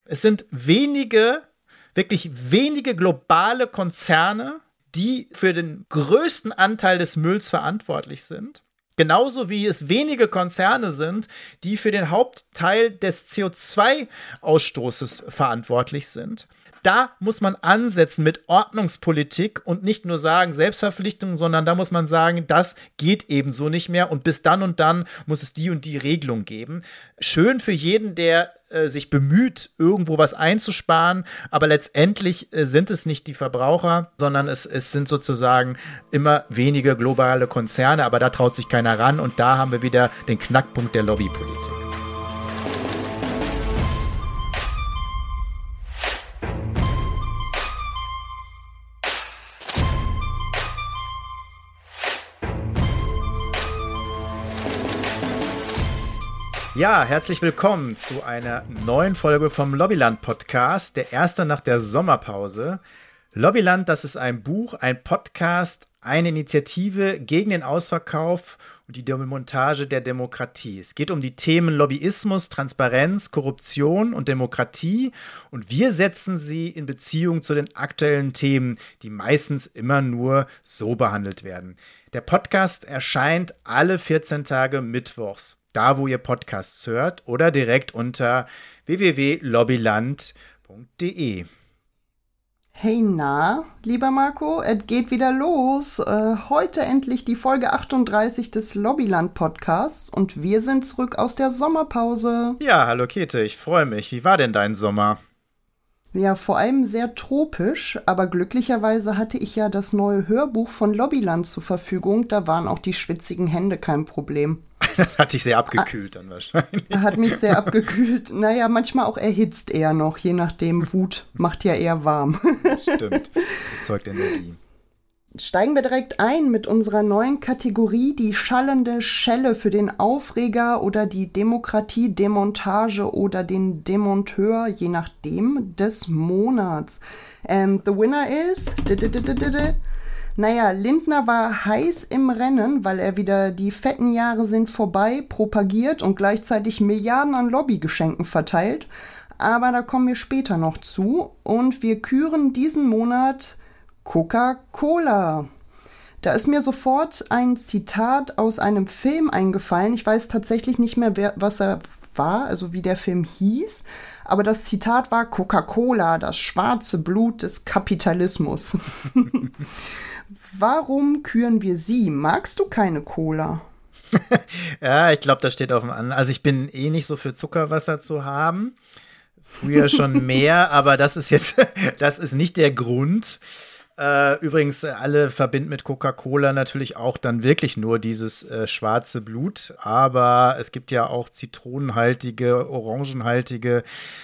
Es sind wirklich wenige globale Konzerne, die für den größten Anteil des Mülls verantwortlich sind. Genauso wie es wenige Konzerne sind, die für den Hauptteil des CO2-Ausstoßes verantwortlich sind. Da muss man ansetzen mit Ordnungspolitik und nicht nur sagen Selbstverpflichtung, sondern da muss man sagen, das geht eben so nicht mehr und bis dann und dann muss es die und die Regelung geben. Schön für jeden, der sich bemüht, irgendwo was einzusparen, aber letztendlich sind es nicht die Verbraucher, sondern es sind sozusagen immer wenige globale Konzerne, aber da traut sich keiner ran und da haben wir wieder den Knackpunkt der Lobbypolitik. Ja, herzlich willkommen zu einer neuen Folge vom Lobbyland-Podcast, der erste nach der Sommerpause. Lobbyland, das ist ein Buch, ein Podcast, eine Initiative gegen den Ausverkauf und die Demontage der Demokratie. Es geht um die Themen Lobbyismus, Transparenz, Korruption und Demokratie und wir setzen sie in Beziehung zu den aktuellen Themen, die meistens immer nur so behandelt werden. Der Podcast erscheint alle 14 Tage mittwochs. Da, wo ihr Podcasts hört oder direkt unter www.lobbyland.de. Hey, na, lieber Marco, es geht wieder los. Heute endlich die Folge 38 des Lobbyland-Podcasts und wir sind zurück aus der Sommerpause. Ja, hallo Käthe, ich freue mich. Wie war denn dein Sommer? Ja, vor allem sehr tropisch, aber glücklicherweise hatte ich ja das neue Hörbuch von Lobbyland zur Verfügung. Da waren auch die schwitzigen Hände kein Problem. Das hat dich sehr abgekühlt dann wahrscheinlich. Hat mich sehr abgekühlt. Naja, manchmal auch erhitzt eher noch, je nachdem. Wut macht ja eher warm. Stimmt, erzeugt Energie. Steigen wir direkt ein mit unserer neuen Kategorie, die schallende Schelle für den Aufreger oder die Demokratie-Demontage oder den Demonteur, je nachdem, des Monats. And the winner is... Naja, Lindner war heiß im Rennen, weil er wieder die fetten Jahre sind vorbei propagiert und gleichzeitig Milliarden an Lobbygeschenken verteilt. Aber da kommen wir später noch zu. Und wir küren diesen Monat Coca-Cola. Da ist mir sofort ein Zitat aus einem Film eingefallen. Ich weiß tatsächlich nicht mehr, was er war, also wie der Film hieß. Aber das Zitat war Coca-Cola, das schwarze Blut des Kapitalismus. Warum küren wir sie? Magst du keine Cola? Ja, ich glaube, das steht auf dem anderen. Also ich bin eh nicht so für Zuckerwasser zu haben. Früher schon mehr, aber das ist nicht der Grund. Übrigens, alle verbinden mit Coca-Cola natürlich auch dann wirklich nur dieses schwarze Blut. Aber es gibt ja auch zitronenhaltige, orangenhaltige,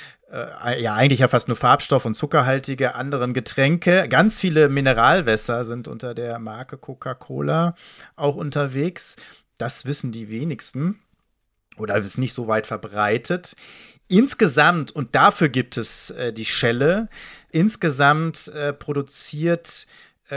ja eigentlich ja fast nur Farbstoff- und zuckerhaltige anderen Getränke. Ganz viele Mineralwässer sind unter der Marke Coca-Cola auch unterwegs. Das wissen die wenigsten oder ist nicht so weit verbreitet. Insgesamt, und dafür gibt es die Schelle, insgesamt produziert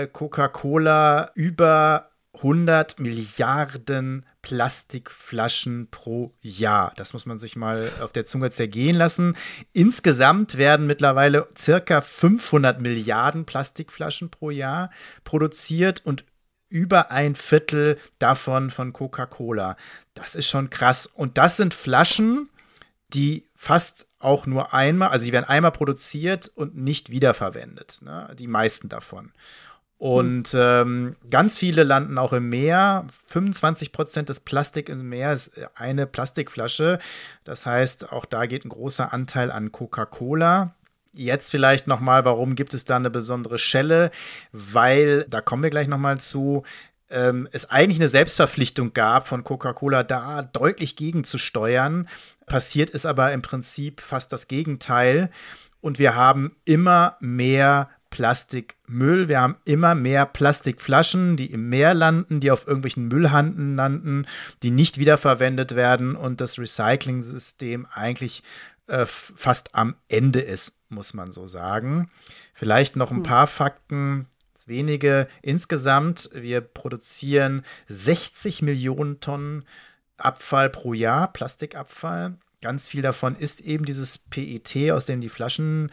Coca-Cola über 100 Milliarden Plastikflaschen pro Jahr. Das muss man sich mal auf der Zunge zergehen lassen. Insgesamt werden mittlerweile circa 500 Milliarden Plastikflaschen pro Jahr produziert und über ein Viertel davon von Coca-Cola. Das ist schon krass. Und das sind Flaschen, die fast auch nur einmal, also sie werden einmal produziert und nicht wiederverwendet. Ne? Die meisten davon. Und ganz viele landen auch im Meer. 25% des Plastik im Meer ist eine Plastikflasche. Das heißt, auch da geht ein großer Anteil an Coca-Cola. Jetzt vielleicht noch mal, warum gibt es da eine besondere Schelle? Weil, da kommen wir gleich noch mal zu, es eigentlich eine Selbstverpflichtung gab von Coca-Cola, da deutlich gegenzusteuern. Passiert ist aber im Prinzip fast das Gegenteil. Und wir haben immer mehr Plastikmüll. Wir haben immer mehr Plastikflaschen, die im Meer landen, die auf irgendwelchen Müllhanden landen, die nicht wiederverwendet werden und das Recycling-System eigentlich fast am Ende ist, muss man so sagen. Vielleicht noch ein paar Fakten, wenige. Insgesamt, wir produzieren 60 Millionen Tonnen Abfall pro Jahr, Plastikabfall. Ganz viel davon ist eben dieses PET, aus dem die Flaschen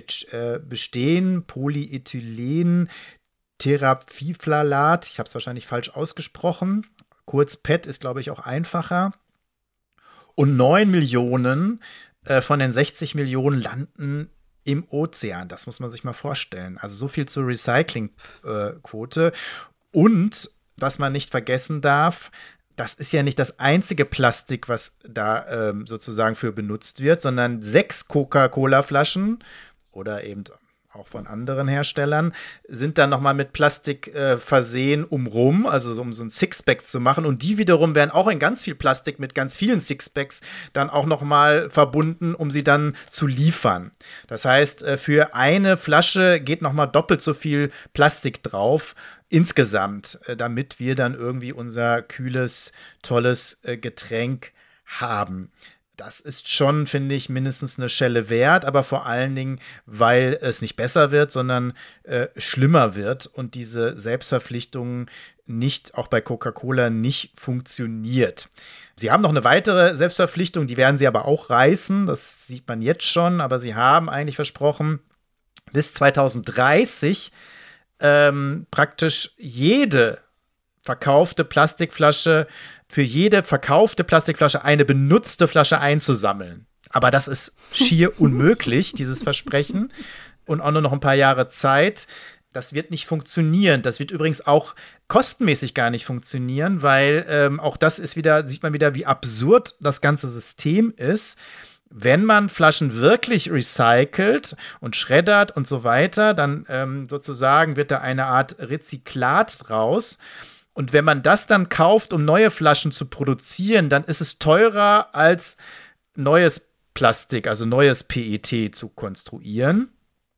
bestehen, Polyethylen, Teraphylalat, ich habe es wahrscheinlich falsch ausgesprochen. Kurz PET ist, glaube ich, auch einfacher. Und 9 Millionen von den 60 Millionen landen im Ozean. Das muss man sich mal vorstellen. Also so viel zur Recyclingquote. Und was man nicht vergessen darf, das ist ja nicht das einzige Plastik, was da sozusagen für benutzt wird, sondern 6 Coca-Cola-Flaschen oder eben auch von anderen Herstellern, sind dann nochmal mit Plastik versehen umrum, also so, um so ein Sixpack zu machen. Und die wiederum werden auch in ganz viel Plastik mit ganz vielen Sixpacks dann auch nochmal verbunden, um sie dann zu liefern. Das heißt, für eine Flasche geht nochmal doppelt so viel Plastik drauf insgesamt, damit wir dann irgendwie unser kühles, tolles Getränk haben. Das ist schon, finde ich, mindestens eine Schelle wert, aber vor allen Dingen, weil es nicht besser wird, sondern schlimmer wird und diese Selbstverpflichtung nicht, auch bei Coca-Cola, nicht funktioniert. Sie haben noch eine weitere Selbstverpflichtung, die werden sie aber auch reißen, das sieht man jetzt schon, aber sie haben eigentlich versprochen, bis 2030 praktisch jede verkaufte Plastikflasche, für jede verkaufte Plastikflasche eine benutzte Flasche einzusammeln. Aber das ist schier unmöglich, dieses Versprechen. Und auch nur noch ein paar Jahre Zeit. Das wird nicht funktionieren. Das wird übrigens auch kostenmäßig gar nicht funktionieren, weil auch das ist wieder, sieht man wieder, wie absurd das ganze System ist. Wenn man Flaschen wirklich recycelt und schreddert und so weiter, dann sozusagen wird da eine Art Rezyklat draus. Und wenn man das dann kauft, um neue Flaschen zu produzieren, dann ist es teurer als neues Plastik, also neues PET zu konstruieren.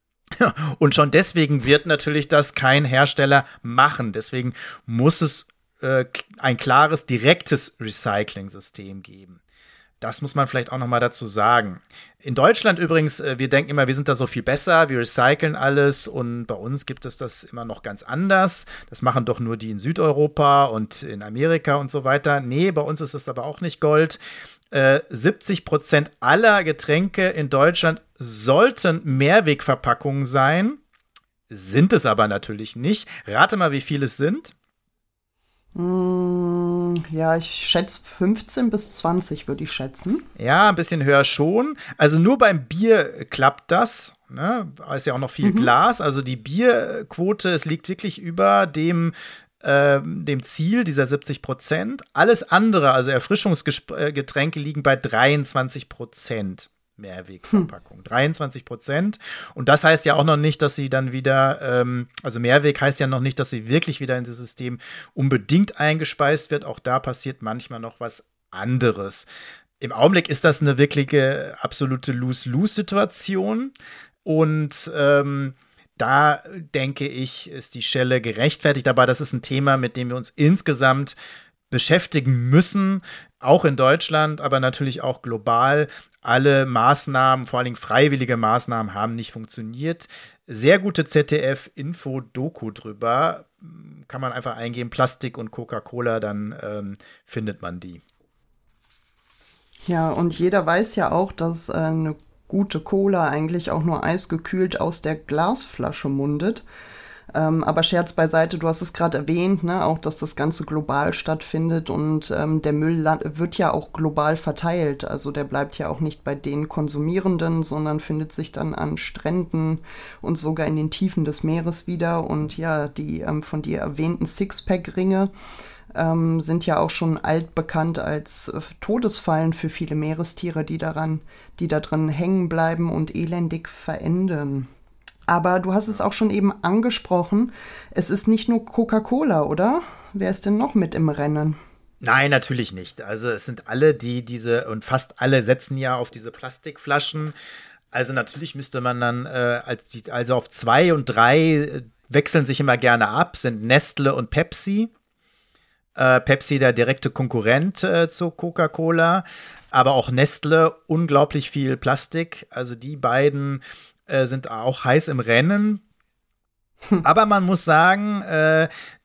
Und schon deswegen wird natürlich das kein Hersteller machen. Deswegen muss es ein klares, direktes Recycling-System geben. Das muss man vielleicht auch noch mal dazu sagen. In Deutschland übrigens, wir denken immer, wir sind da so viel besser, wir recyceln alles und bei uns gibt es das immer noch ganz anders. Das machen doch nur die in Südeuropa und in Amerika und so weiter. Nee, bei uns ist das aber auch nicht Gold. 70% aller Getränke in Deutschland sollten Mehrwegverpackungen sein, sind es aber natürlich nicht. Rate mal, wie viele es sind. Ja, ich schätze 15 bis 20, würde ich schätzen. Ja, ein bisschen höher schon. Also nur beim Bier klappt das. Ne? Da ist ja auch noch viel Glas. Also die Bierquote, es liegt wirklich über dem Ziel dieser 70%. Alles andere, also Erfrischungsgetränke, liegen bei 23%. Mehrwegverpackung. 23%. Und das heißt ja auch noch nicht, dass sie dann wieder, also Mehrweg heißt ja noch nicht, dass sie wirklich wieder in das System unbedingt eingespeist wird. Auch da passiert manchmal noch was anderes. Im Augenblick ist das eine wirkliche, absolute Lose-Lose-Situation. Und da denke ich, ist die Schelle gerechtfertigt. Aber das ist ein Thema, mit dem wir uns insgesamt beschäftigen müssen, auch in Deutschland, aber natürlich auch global. Alle Maßnahmen, vor allen Dingen freiwillige Maßnahmen, haben nicht funktioniert. Sehr gute ZDF-Info-Doku drüber. Kann man einfach eingeben, Plastik und Coca-Cola, dann findet man die. Ja, und jeder weiß ja auch, dass eine gute Cola eigentlich auch nur eisgekühlt aus der Glasflasche mundet. Aber Scherz beiseite, du hast es gerade erwähnt, ne, auch, dass das Ganze global stattfindet und der Müll wird ja auch global verteilt. Also der bleibt ja auch nicht bei den Konsumierenden, sondern findet sich dann an Stränden und sogar in den Tiefen des Meeres wieder. Und ja, die von dir erwähnten Sixpack-Ringe sind ja auch schon altbekannt als Todesfallen für viele Meerestiere, die da drin hängen bleiben und elendig verenden. Aber du hast es auch schon eben angesprochen, es ist nicht nur Coca-Cola, oder? Wer ist denn noch mit im Rennen? Nein, natürlich nicht. Also es sind alle, und fast alle setzen ja auf diese Plastikflaschen. Also natürlich müsste man dann, also auf 2 und 3 wechseln sich immer gerne ab, sind Nestle und Pepsi. Pepsi der direkte Konkurrent zu Coca-Cola, aber auch Nestle, unglaublich viel Plastik. Also die beiden sind auch heiß im Rennen. Aber man muss sagen,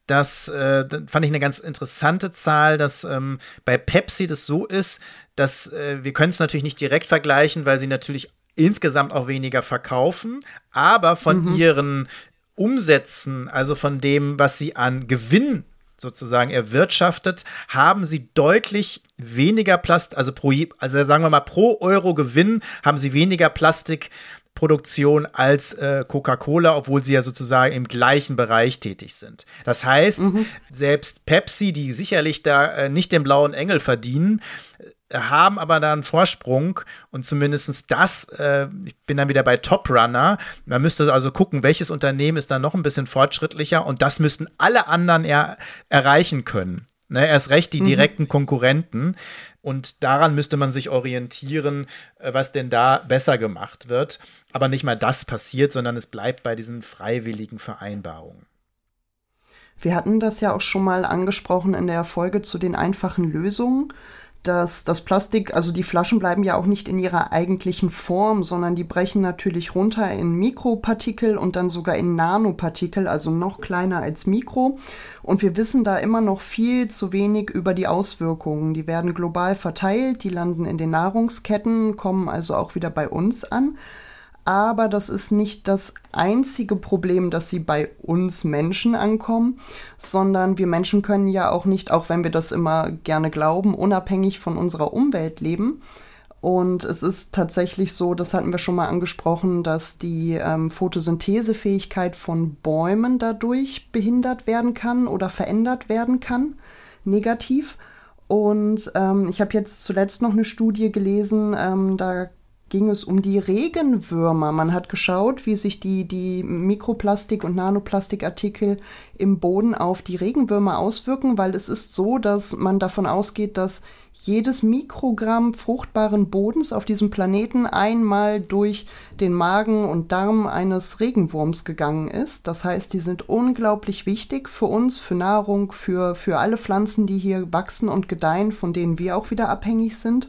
dass, fand ich eine ganz interessante Zahl, dass bei Pepsi das so ist, dass wir können es natürlich nicht direkt vergleichen, weil sie natürlich insgesamt auch weniger verkaufen, aber von ihren Umsätzen, also von dem, was sie an Gewinn sozusagen erwirtschaftet, haben sie deutlich weniger Plastik, also sagen wir mal pro Euro Gewinn haben sie weniger Plastikproduktion als Coca-Cola, obwohl sie ja sozusagen im gleichen Bereich tätig sind. Das heißt, selbst Pepsi, die sicherlich da nicht den blauen Engel verdienen, haben aber da einen Vorsprung und zumindest das, ich bin dann wieder bei Top Runner, man müsste also gucken, welches Unternehmen ist da noch ein bisschen fortschrittlicher und das müssten alle anderen erreichen können. Ne, erst recht die direkten Konkurrenten und daran müsste man sich orientieren, was denn da besser gemacht wird. Aber nicht mal das passiert, sondern es bleibt bei diesen freiwilligen Vereinbarungen. Wir hatten das ja auch schon mal angesprochen in der Folge zu den einfachen Lösungen, dass das Plastik, also die Flaschen bleiben ja auch nicht in ihrer eigentlichen Form, sondern die brechen natürlich runter in Mikropartikel und dann sogar in Nanopartikel, also noch kleiner als Mikro. Und wir wissen da immer noch viel zu wenig über die Auswirkungen. Die werden global verteilt, die landen in den Nahrungsketten, kommen also auch wieder bei uns an. Aber das ist nicht das einzige Problem, dass sie bei uns Menschen ankommen, sondern wir Menschen können ja auch nicht, auch wenn wir das immer gerne glauben, unabhängig von unserer Umwelt leben. Und es ist tatsächlich so, das hatten wir schon mal angesprochen, dass die Photosynthesefähigkeit von Bäumen dadurch behindert werden kann oder verändert werden kann, negativ. Und ich habe jetzt zuletzt noch eine Studie gelesen, da ging es um die Regenwürmer. Man hat geschaut, wie sich die Mikroplastik- und Nanoplastikartikel im Boden auf die Regenwürmer auswirken, weil es ist so, dass man davon ausgeht, dass jedes Mikrogramm fruchtbaren Bodens auf diesem Planeten einmal durch den Magen und Darm eines Regenwurms gegangen ist. Das heißt, die sind unglaublich wichtig für uns, für Nahrung, für alle Pflanzen, die hier wachsen und gedeihen, von denen wir auch wieder abhängig sind.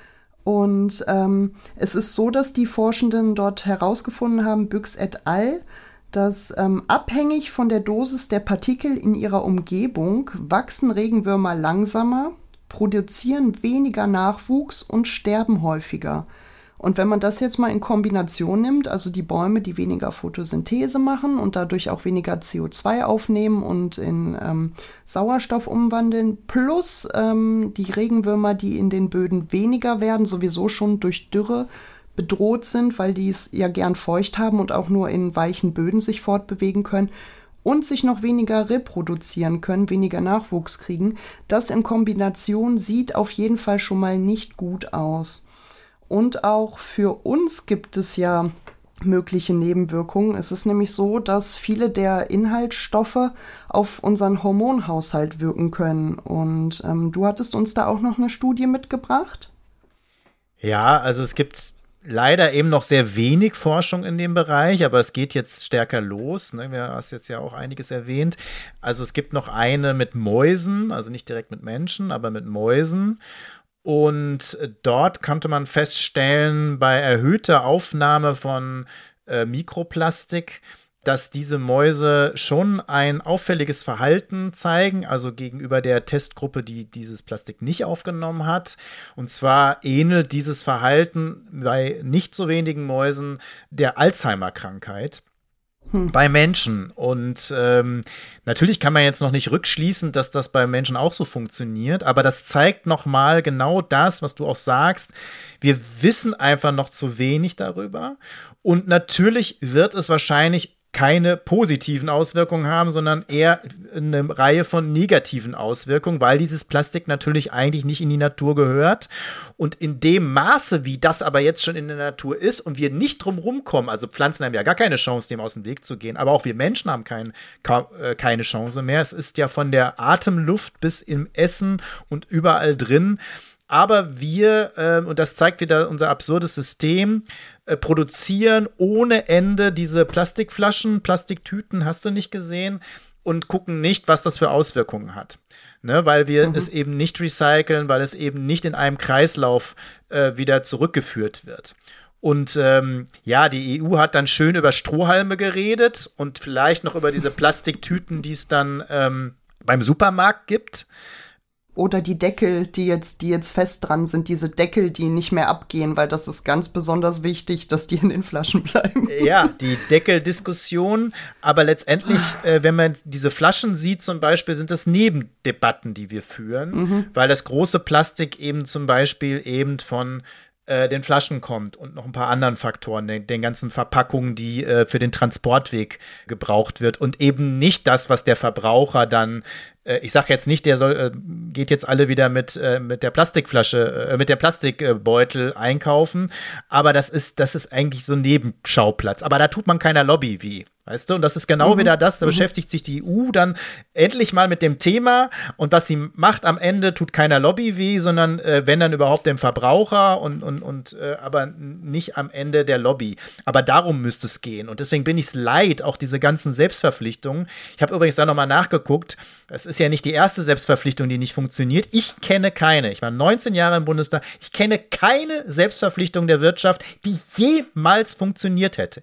Und es ist so, dass die Forschenden dort herausgefunden haben, Büchs et al., dass abhängig von der Dosis der Partikel in ihrer Umgebung wachsen Regenwürmer langsamer, produzieren weniger Nachwuchs und sterben häufiger. Und wenn man das jetzt mal in Kombination nimmt, also die Bäume, die weniger Photosynthese machen und dadurch auch weniger CO2 aufnehmen und in Sauerstoff umwandeln, plus die Regenwürmer, die in den Böden weniger werden, sowieso schon durch Dürre bedroht sind, weil die es ja gern feucht haben und auch nur in weichen Böden sich fortbewegen können und sich noch weniger reproduzieren können, weniger Nachwuchs kriegen, das in Kombination sieht auf jeden Fall schon mal nicht gut aus. Und auch für uns gibt es ja mögliche Nebenwirkungen. Es ist nämlich so, dass viele der Inhaltsstoffe auf unseren Hormonhaushalt wirken können. Und du hattest uns da auch noch eine Studie mitgebracht? Ja, also es gibt leider eben noch sehr wenig Forschung in dem Bereich, aber es geht jetzt stärker los. Ne? Du hast jetzt ja auch einiges erwähnt. Also es gibt noch eine mit Mäusen, also nicht direkt mit Menschen, aber mit Mäusen. Und dort konnte man feststellen, bei erhöhter Aufnahme von Mikroplastik, dass diese Mäuse schon ein auffälliges Verhalten zeigen, also gegenüber der Testgruppe, die dieses Plastik nicht aufgenommen hat. Und zwar ähnelt dieses Verhalten bei nicht so wenigen Mäusen der Alzheimer-Krankheit. Bei Menschen. Und natürlich kann man jetzt noch nicht rückschließen, dass das bei Menschen auch so funktioniert, aber das zeigt nochmal genau das, was du auch sagst. Wir wissen einfach noch zu wenig darüber. Und natürlich wird es wahrscheinlich keine positiven Auswirkungen haben, sondern eher eine Reihe von negativen Auswirkungen, weil dieses Plastik natürlich eigentlich nicht in die Natur gehört. Und in dem Maße, wie das aber jetzt schon in der Natur ist und wir nicht drum rumkommen, also Pflanzen haben ja gar keine Chance, dem aus dem Weg zu gehen, aber auch wir Menschen haben keine Chance mehr. Es ist ja von der Atemluft bis im Essen und überall drin. Aber wir, und das zeigt wieder unser absurdes System, produzieren ohne Ende diese Plastikflaschen, Plastiktüten, hast du nicht gesehen, und gucken nicht, was das für Auswirkungen hat. Ne, weil wir es eben nicht recyceln, weil es eben nicht in einem Kreislauf wieder zurückgeführt wird. Und ja, die EU hat dann schön über Strohhalme geredet und vielleicht noch über diese Plastiktüten, die es dann beim Supermarkt gibt. Oder die Deckel, die jetzt fest dran sind, diese Deckel, die nicht mehr abgehen, weil das ist ganz besonders wichtig, dass die in den Flaschen bleiben. Ja, die Deckeldiskussion, aber letztendlich, wenn man diese Flaschen sieht zum Beispiel, sind das Nebendebatten, die wir führen, weil das große Plastik eben zum Beispiel eben von den Flaschen kommt und noch ein paar anderen Faktoren, den ganzen Verpackungen, die für den Transportweg gebraucht wird und eben nicht das, was der Verbraucher dann ich sage jetzt nicht, der geht jetzt alle wieder mit der Plastikflasche, mit der Plastikbeutel einkaufen, aber das ist eigentlich so ein Nebenschauplatz. Aber da tut man keiner Lobby wie, weißt du? Und das ist genau wieder das, da beschäftigt sich die EU dann endlich mal mit dem Thema und was sie macht am Ende, tut keiner Lobby weh, sondern wenn dann überhaupt dem Verbraucher und aber nicht am Ende der Lobby. Aber darum müsste es gehen. Und deswegen bin ich es leid, auch diese ganzen Selbstverpflichtungen. Ich habe übrigens da nochmal nachgeguckt, es ist ja nicht die erste Selbstverpflichtung, die nicht funktioniert. Ich kenne keine. Ich war 19 Jahre im Bundestag. Ich kenne keine Selbstverpflichtung der Wirtschaft, die jemals funktioniert hätte.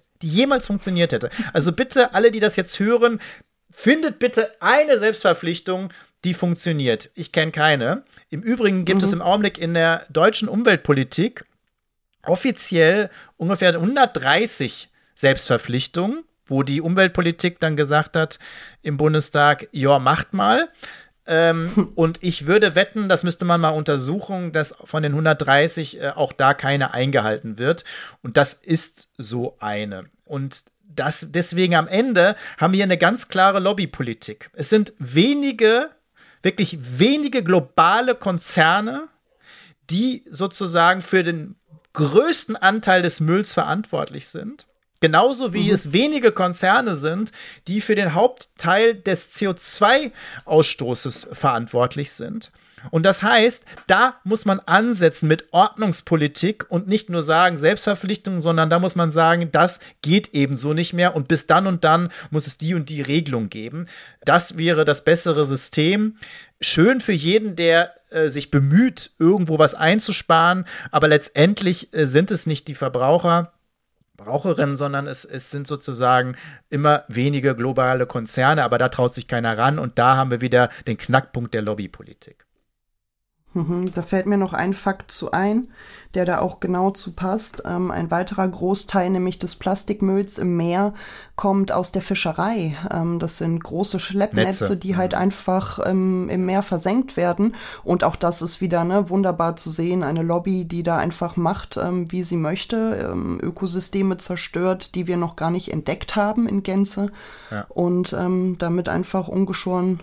Also bitte, alle, die das jetzt hören, findet bitte eine Selbstverpflichtung, die funktioniert. Ich kenne keine. Im Übrigen gibt es im Augenblick in der deutschen Umweltpolitik offiziell ungefähr 130 Selbstverpflichtungen, wo die Umweltpolitik dann gesagt hat im Bundestag, ja, macht mal. Und ich würde wetten, das müsste man mal untersuchen, dass von den 130 auch da keine eingehalten wird. Und das ist so eine. Und deswegen am Ende haben wir eine ganz klare Lobbypolitik. Es sind wirklich wenige globale Konzerne, die sozusagen für den größten Anteil des Mülls verantwortlich sind. Genauso wie es wenige Konzerne sind, die für den Hauptteil des CO2-Ausstoßes verantwortlich sind. Und das heißt, da muss man ansetzen mit Ordnungspolitik und nicht nur sagen Selbstverpflichtungen, sondern da muss man sagen, das geht eben so nicht mehr und bis dann und dann muss es die und die Regelung geben. Das wäre das bessere System. Schön für jeden, der sich bemüht, irgendwo was einzusparen, aber letztendlich sind es nicht die Verbraucherinnen, sondern es sind sozusagen immer weniger globale Konzerne, aber da traut sich keiner ran und da haben wir wieder den Knackpunkt der Lobbypolitik. Da fällt mir noch ein Fakt zu ein, der da auch genau zu passt. Ein weiterer Großteil, nämlich des Plastikmülls im Meer, kommt aus der Fischerei. Das sind große Schleppnetze, die halt einfach im Meer versenkt werden. Und auch das ist wieder wunderbar zu sehen. Eine Lobby, die da einfach macht, wie sie möchte. Ökosysteme zerstört, die wir noch gar nicht entdeckt haben in Gänze. Ja. Und damit einfach ungeschoren,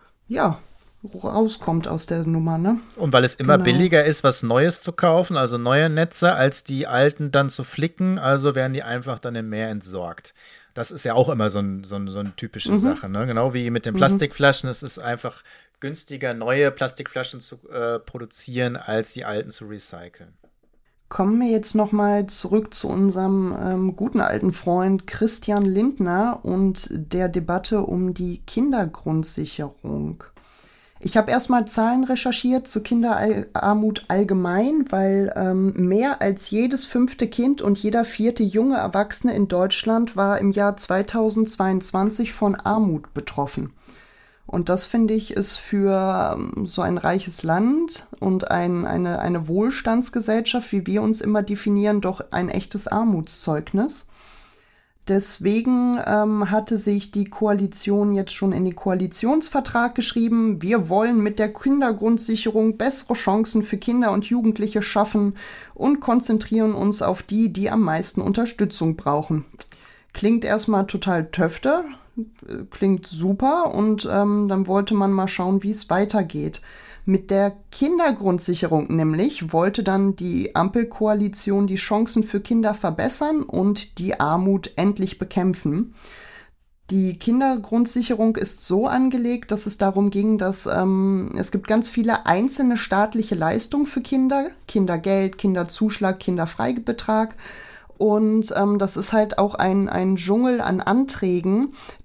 rauskommt aus der Nummer, ne? Und weil es immer billiger ist, was Neues zu kaufen, also neue Netze, als die alten dann zu flicken, also werden die einfach dann im Meer entsorgt. Das ist ja auch immer so eine typische Sache, ne? Genau wie mit den Plastikflaschen. Es ist einfach günstiger, neue Plastikflaschen zu produzieren, als die alten zu recyceln. Kommen wir jetzt noch mal zurück zu unserem guten alten Freund Christian Lindner und der Debatte um die Kindergrundsicherung. Ich habe erstmal Zahlen recherchiert zu Kinderarmut allgemein, weil mehr als jedes 5. Kind und jeder 4. junge Erwachsene in Deutschland war im Jahr 2022 von Armut betroffen. Und das, finde ich, ist für so ein reiches Land und eine Wohlstandsgesellschaft, wie wir uns immer definieren, doch ein echtes Armutszeugnis. Deswegen hatte sich die Koalition jetzt schon in den Koalitionsvertrag geschrieben, wir wollen mit der Kindergrundsicherung bessere Chancen für Kinder und Jugendliche schaffen und konzentrieren uns auf die, die am meisten Unterstützung brauchen. Klingt erstmal total töfte, klingt super und dann wollte man mal schauen, wie es weitergeht. Mit der Kindergrundsicherung nämlich wollte dann die Ampelkoalition die Chancen für Kinder verbessern und die Armut endlich bekämpfen. Die Kindergrundsicherung ist so angelegt, dass es darum ging, dass es gibt ganz viele einzelne staatliche Leistungen für Kinder, Kindergeld, Kinderzuschlag, Kinderfreibetrag. Und das ist halt auch ein Dschungel an Anträgen,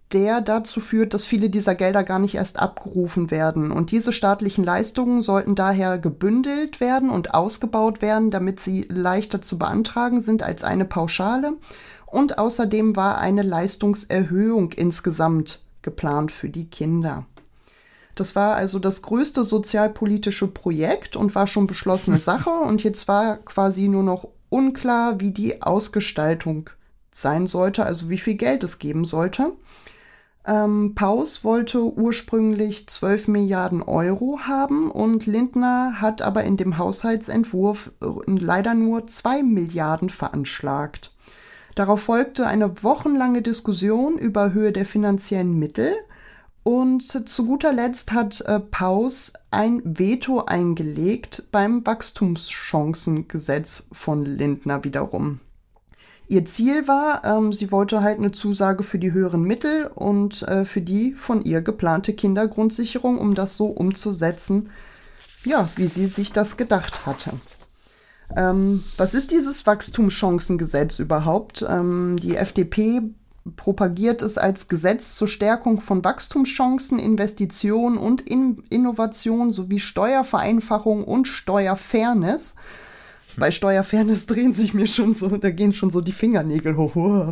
der dazu führt, dass viele dieser Gelder gar nicht erst abgerufen werden. Und diese staatlichen Leistungen sollten daher gebündelt werden und ausgebaut werden, damit sie leichter zu beantragen sind als eine Pauschale. Und außerdem war eine Leistungserhöhung insgesamt geplant für die Kinder. Das war also das größte sozialpolitische Projekt und war schon beschlossene Sache. Und jetzt war quasi nur noch unklar, wie die Ausgestaltung sein sollte, also wie viel Geld es geben sollte. Paus wollte ursprünglich 12 Milliarden Euro haben und Lindner hat aber in dem Haushaltsentwurf leider nur 2 Milliarden veranschlagt. Darauf folgte eine wochenlange Diskussion über Höhe der finanziellen Mittel und zu guter Letzt hat Paus ein Veto eingelegt beim Wachstumschancengesetz von Lindner wiederum. Ihr Ziel war, sie wollte halt eine Zusage für die höheren Mittel und für die von ihr geplante Kindergrundsicherung, um das so umzusetzen, ja, wie sie sich das gedacht hatte. Was ist dieses Wachstumschancengesetz überhaupt? Die FDP propagiert es als Gesetz zur Stärkung von Wachstumschancen, Investitionen und Innovation sowie Steuervereinfachung und Steuerfairness. Bei Steuerfairness gehen schon so die Fingernägel hoch.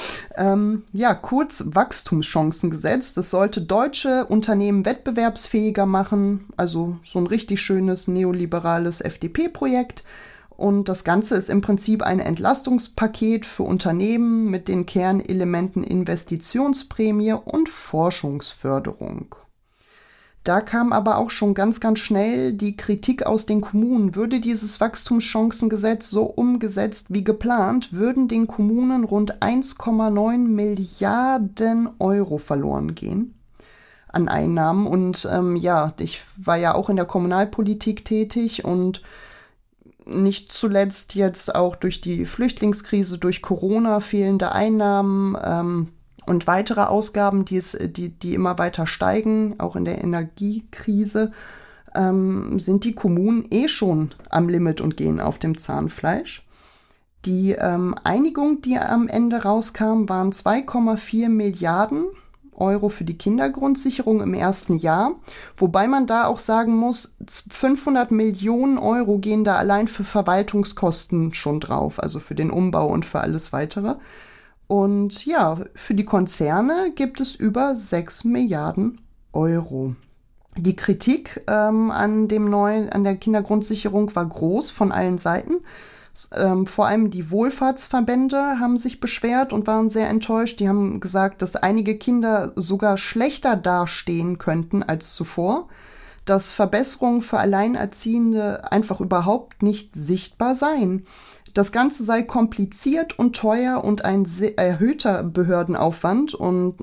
Kurz Wachstumschancengesetz. Das sollte deutsche Unternehmen wettbewerbsfähiger machen. Also so ein richtig schönes neoliberales FDP-Projekt. Und das Ganze ist im Prinzip ein Entlastungspaket für Unternehmen mit den Kernelementen Investitionsprämie und Forschungsförderung. Da kam aber auch schon ganz, ganz schnell die Kritik aus den Kommunen. Würde dieses Wachstumschancengesetz so umgesetzt wie geplant, würden den Kommunen rund 1,9 Milliarden Euro verloren gehen an Einnahmen. Und ich war ja auch in der Kommunalpolitik tätig und nicht zuletzt jetzt auch durch die Flüchtlingskrise, durch Corona, fehlende Einnahmen und weitere Ausgaben, die immer weiter steigen, auch in der Energiekrise, sind die Kommunen schon am Limit und gehen auf dem Zahnfleisch. Die Einigung, die am Ende rauskam, waren 2,4 Milliarden Euro für die Kindergrundsicherung im ersten Jahr, wobei man da auch sagen muss, 500 Millionen Euro gehen da allein für Verwaltungskosten schon drauf, also für den Umbau und für alles Weitere. Und ja, für die Konzerne gibt es über 6 Milliarden Euro. Die Kritik an der Kindergrundsicherung war groß von allen Seiten. Vor allem die Wohlfahrtsverbände haben sich beschwert und waren sehr enttäuscht. Die haben gesagt, dass einige Kinder sogar schlechter dastehen könnten als zuvor, dass Verbesserungen für Alleinerziehende einfach überhaupt nicht sichtbar seien. Das Ganze sei kompliziert und teuer und ein erhöhter Behördenaufwand. Und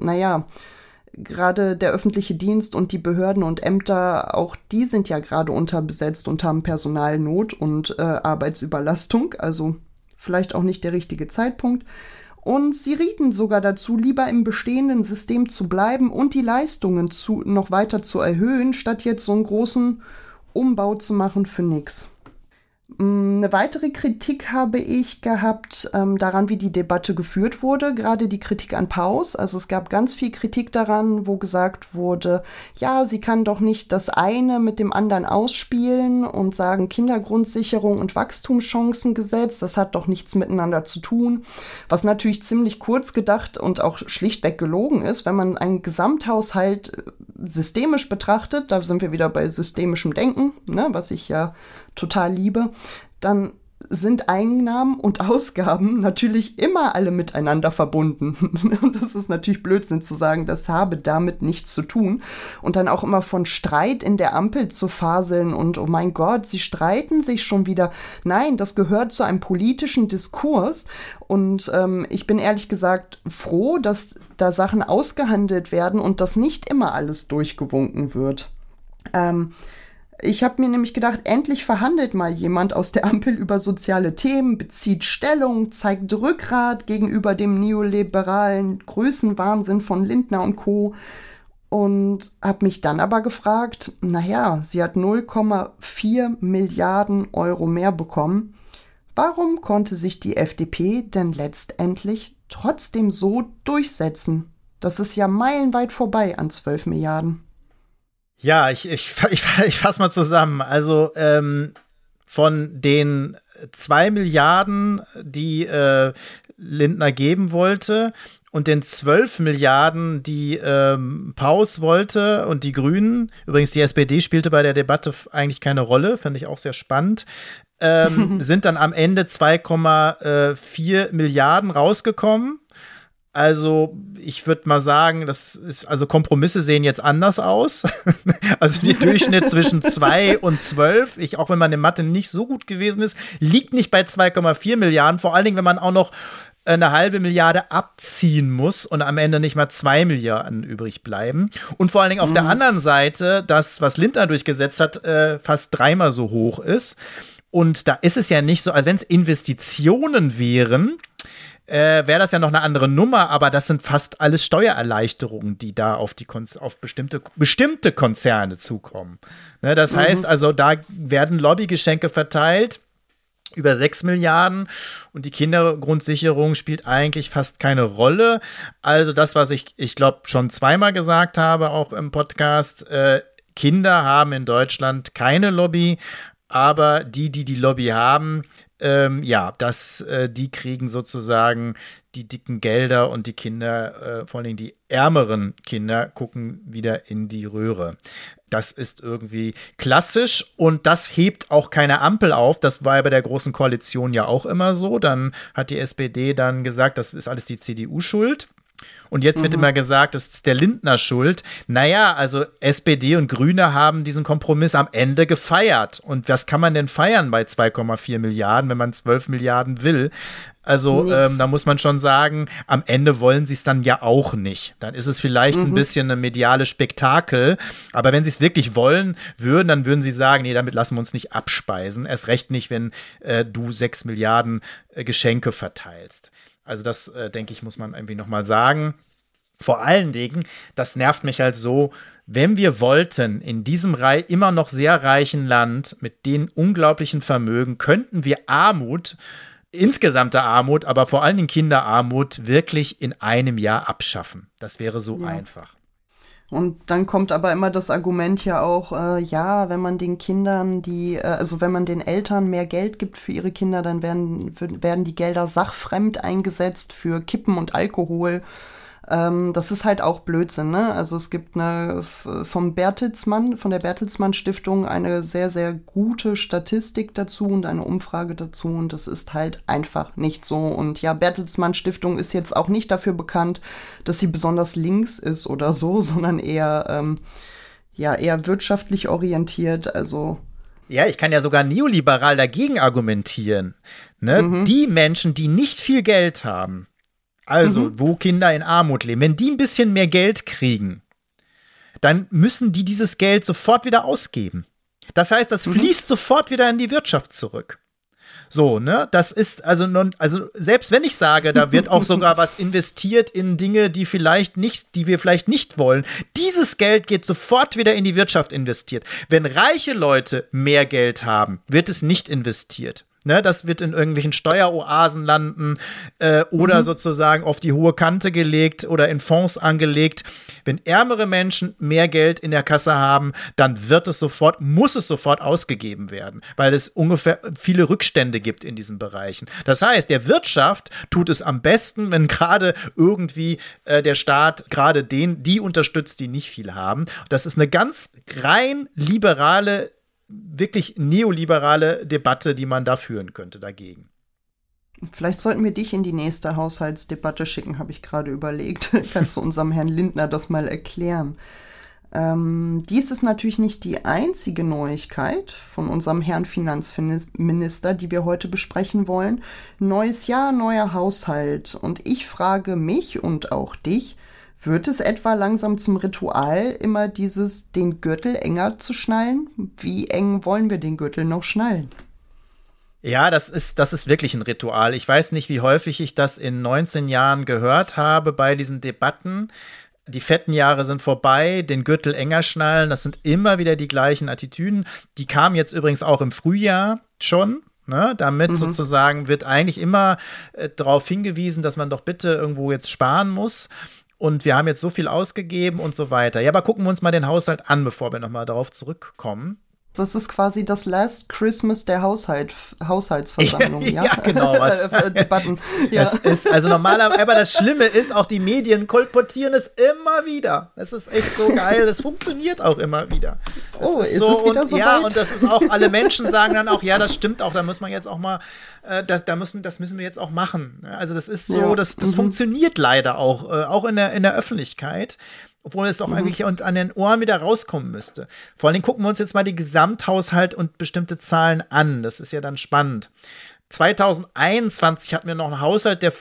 gerade der öffentliche Dienst und die Behörden und Ämter, auch die sind ja gerade unterbesetzt und haben Personalnot und Arbeitsüberlastung. Also vielleicht auch nicht der richtige Zeitpunkt. Und sie rieten sogar dazu, lieber im bestehenden System zu bleiben und die Leistungen noch weiter zu erhöhen, statt jetzt so einen großen Umbau zu machen für nichts. Eine weitere Kritik habe ich gehabt daran, wie die Debatte geführt wurde, gerade die Kritik an Paus. Also es gab ganz viel Kritik daran, wo gesagt wurde, ja, sie kann doch nicht das eine mit dem anderen ausspielen und sagen Kindergrundsicherung und Wachstumschancengesetz, das hat doch nichts miteinander zu tun. Was natürlich ziemlich kurz gedacht und auch schlichtweg gelogen ist, wenn man einen Gesamthaushalt systemisch betrachtet, da sind wir wieder bei systemischem Denken, ne, was ich ja total liebe, dann sind Einnahmen und Ausgaben natürlich immer alle miteinander verbunden. Und das ist natürlich Blödsinn zu sagen, das habe damit nichts zu tun. Und dann auch immer von Streit in der Ampel zu faseln und oh mein Gott, sie streiten sich schon wieder. Nein, das gehört zu einem politischen Diskurs. Und ich bin ehrlich gesagt froh, dass da Sachen ausgehandelt werden und dass nicht immer alles durchgewunken wird. Ich habe mir nämlich gedacht, endlich verhandelt mal jemand aus der Ampel über soziale Themen, bezieht Stellung, zeigt Rückgrat gegenüber dem neoliberalen Größenwahnsinn von Lindner und Co. Und habe mich dann aber gefragt, sie hat 0,4 Milliarden Euro mehr bekommen. Warum konnte sich die FDP denn letztendlich trotzdem so durchsetzen? Das ist ja meilenweit vorbei an 12 Milliarden. Ja, ich fasse mal zusammen. Also von den 2 Milliarden, die Lindner geben wollte, und den 12 Milliarden, die Paus wollte und die Grünen, übrigens die SPD spielte bei der Debatte eigentlich keine Rolle, fand ich auch sehr spannend, sind dann am Ende 2,4 Milliarden rausgekommen. Also ich würde mal sagen, also Kompromisse sehen jetzt anders aus. Also der Durchschnitt zwischen 2 und 12, auch wenn man in Mathe nicht so gut gewesen ist, liegt nicht bei 2,4 Milliarden. Vor allen Dingen, wenn man auch noch eine halbe Milliarde abziehen muss und am Ende nicht mal 2 Milliarden übrig bleiben. Und vor allen Dingen auf der anderen Seite, das, was Lindner durchgesetzt hat, fast dreimal so hoch ist. Und da ist es ja nicht so, als wenn es Investitionen wären, wäre das ja noch eine andere Nummer, aber das sind fast alles Steuererleichterungen, die da auf bestimmte Konzerne zukommen. Ne, das heißt also, da werden Lobbygeschenke verteilt über 6 Milliarden und die Kindergrundsicherung spielt eigentlich fast keine Rolle. Also das, was ich glaube, schon zweimal gesagt habe, auch im Podcast, Kinder haben in Deutschland keine Lobby, aber die Lobby haben, die kriegen sozusagen die dicken Gelder und die Kinder, vor allen Dingen die ärmeren Kinder, gucken wieder in die Röhre. Das ist irgendwie klassisch und das hebt auch keine Ampel auf. Das war ja bei der Großen Koalition ja auch immer so. Dann hat die SPD dann gesagt, das ist alles die CDU schuld. Und jetzt wird immer gesagt, das ist der Lindner schuld. Naja, also SPD und Grüne haben diesen Kompromiss am Ende gefeiert. Und was kann man denn feiern bei 2,4 Milliarden, wenn man 12 Milliarden will? Also da muss man schon sagen, am Ende wollen sie es dann ja auch nicht. Dann ist es vielleicht ein bisschen ein mediales Spektakel. Aber wenn sie es wirklich wollen würden, dann würden sie sagen, nee, damit lassen wir uns nicht abspeisen. Erst recht nicht, wenn du 6 Milliarden Geschenke verteilst. Also das, denke ich, muss man irgendwie noch mal sagen. Vor allen Dingen, das nervt mich halt so, wenn wir wollten, in diesem immer noch sehr reichen Land mit den unglaublichen Vermögen, könnten wir Armut, insgesamte Armut, aber vor allen Dingen Kinderarmut, wirklich in einem Jahr abschaffen. Das wäre so einfach. Und dann kommt aber immer das Argument ja auch, wenn man den Kindern wenn man den Eltern mehr Geld gibt für ihre Kinder, dann werden die Gelder sachfremd eingesetzt für Kippen und Alkohol. Das ist halt auch Blödsinn, ne? Also es gibt von der Bertelsmann Stiftung eine sehr, sehr gute Statistik dazu und eine Umfrage dazu und das ist halt einfach nicht so. Und ja, Bertelsmann Stiftung ist jetzt auch nicht dafür bekannt, dass sie besonders links ist oder so, sondern eher wirtschaftlich orientiert, also. Ja, ich kann ja sogar neoliberal dagegen argumentieren. Ne? Die Menschen, die nicht viel Geld haben, also, wo Kinder in Armut leben, wenn die ein bisschen mehr Geld kriegen, dann müssen die dieses Geld sofort wieder ausgeben. Das heißt, das fließt sofort wieder in die Wirtschaft zurück. So, ne, das ist also selbst wenn ich sage, da wird auch sogar was investiert in Dinge, die wir vielleicht nicht wollen. Dieses Geld geht sofort wieder in die Wirtschaft investiert. Wenn reiche Leute mehr Geld haben, wird es nicht investiert. Ne, das wird in irgendwelchen Steueroasen landen oder sozusagen auf die hohe Kante gelegt oder in Fonds angelegt. Wenn ärmere Menschen mehr Geld in der Kasse haben, dann muss es sofort ausgegeben werden, weil es ungefähr viele Rückstände gibt in diesen Bereichen. Das heißt, der Wirtschaft tut es am besten, wenn gerade irgendwie der Staat gerade die unterstützt, die nicht viel haben. Das ist eine ganz rein liberale, wirklich neoliberale Debatte, die man da führen könnte dagegen. Vielleicht sollten wir dich in die nächste Haushaltsdebatte schicken, habe ich gerade überlegt. Kannst du unserem Herrn Lindner das mal erklären? Dies ist natürlich nicht die einzige Neuigkeit von unserem Herrn Finanzminister, die wir heute besprechen wollen. Neues Jahr, neuer Haushalt. Und ich frage mich und auch dich, wird es etwa langsam zum Ritual, immer den Gürtel enger zu schnallen? Wie eng wollen wir den Gürtel noch schnallen? Ja, das ist wirklich ein Ritual. Ich weiß nicht, wie häufig ich das in 19 Jahren gehört habe bei diesen Debatten. Die fetten Jahre sind vorbei, den Gürtel enger schnallen, das sind immer wieder die gleichen Attitüden. Die kamen jetzt übrigens auch im Frühjahr schon. Ne, damit sozusagen wird eigentlich immer darauf hingewiesen, dass man doch bitte irgendwo jetzt sparen muss. und wir haben jetzt so viel ausgegeben und so weiter. Ja, aber gucken wir uns mal den Haushalt an, bevor wir nochmal darauf zurückkommen. Das ist quasi das Last Christmas der Haushaltsversammlung, ja? Ja, genau. Debatten. Ja. Das ist, also normalerweise, aber das Schlimme ist, auch die Medien kolportieren es immer wieder. Das ist echt so geil, das funktioniert auch immer wieder. Ist es wieder so ja, weit? und das ist auch, alle Menschen sagen dann auch, ja, das stimmt auch, da muss man jetzt auch mal, das müssen wir jetzt auch machen. Also das ist so, das funktioniert leider auch in der Öffentlichkeit. Obwohl es doch eigentlich an den Ohren wieder rauskommen müsste. Vor allen Dingen gucken wir uns jetzt mal die Gesamthaushalt und bestimmte Zahlen an. Das ist ja dann spannend. 2021 hatten wir noch einen Haushalt, der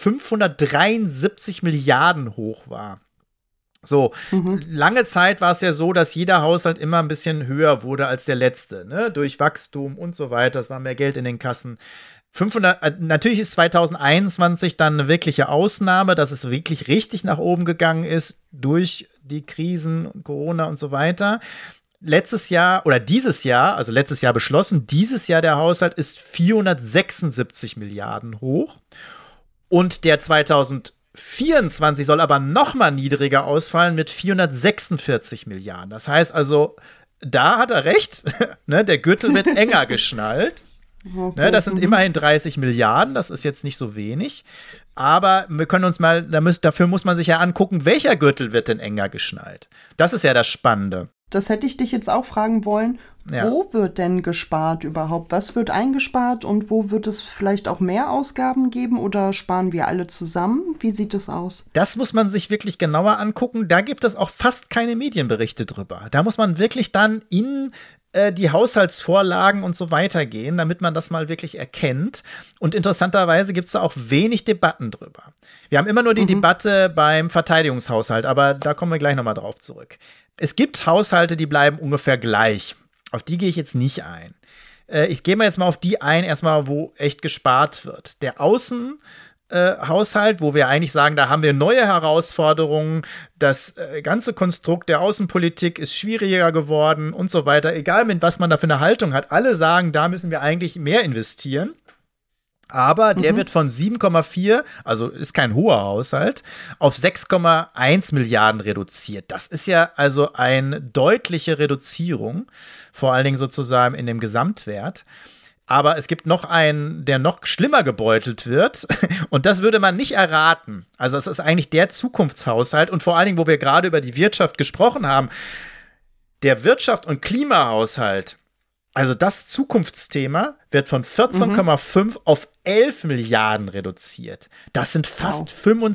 573 Milliarden hoch war. So, lange Zeit war es ja so, dass jeder Haushalt immer ein bisschen höher wurde als der letzte, ne? Durch Wachstum und so weiter. Es war mehr Geld in den Kassen. Natürlich ist 2021 dann eine wirkliche Ausnahme, dass es wirklich richtig nach oben gegangen ist durch die Krisen, Corona und so weiter. Letztes Jahr beschlossen, dieses Jahr der Haushalt ist 476 Milliarden hoch und der 2024 soll aber noch mal niedriger ausfallen mit 446 Milliarden. Das heißt also, da hat er recht, ne, der Gürtel wird enger geschnallt. Okay. Ne, das sind immerhin 30 Milliarden, das ist jetzt nicht so wenig. Aber wir können uns mal, dafür muss man sich ja angucken, welcher Gürtel wird denn enger geschnallt? Das ist ja das Spannende. Das hätte ich dich jetzt auch fragen wollen. Ja. Wo wird denn gespart überhaupt? Was wird eingespart und wo wird es vielleicht auch mehr Ausgaben geben oder sparen wir alle zusammen? Wie sieht es aus? Das muss man sich wirklich genauer angucken. Da gibt es auch fast keine Medienberichte drüber. Da muss man wirklich dann in die Haushaltsvorlagen und so weiter gehen, damit man das mal wirklich erkennt. Und interessanterweise gibt es da auch wenig Debatten drüber. Wir haben immer nur die Debatte beim Verteidigungshaushalt, aber da kommen wir gleich nochmal drauf zurück. Es gibt Haushalte, die bleiben ungefähr gleich. Auf die gehe ich jetzt nicht ein. Ich gehe mal jetzt mal auf die ein, erstmal, wo echt gespart wird. Der Außenhaushalt, wo wir eigentlich sagen, da haben wir neue Herausforderungen, das ganze Konstrukt der Außenpolitik ist schwieriger geworden und so weiter, egal mit was man da für eine Haltung hat, alle sagen, da müssen wir eigentlich mehr investieren. Aber der wird von 7,4, also ist kein hoher Haushalt, auf 6,1 Milliarden reduziert. Das ist ja also eine deutliche Reduzierung, vor allen Dingen sozusagen in dem Gesamtwert. Aber es gibt noch einen, der noch schlimmer gebeutelt wird. Und das würde man nicht erraten. Also es ist eigentlich der Zukunftshaushalt. Und vor allen Dingen, wo wir gerade über die Wirtschaft gesprochen haben, der Wirtschaft- und Klimahaushalt, also das Zukunftsthema, wird von 14,5 auf 11 Milliarden reduziert. Das sind fast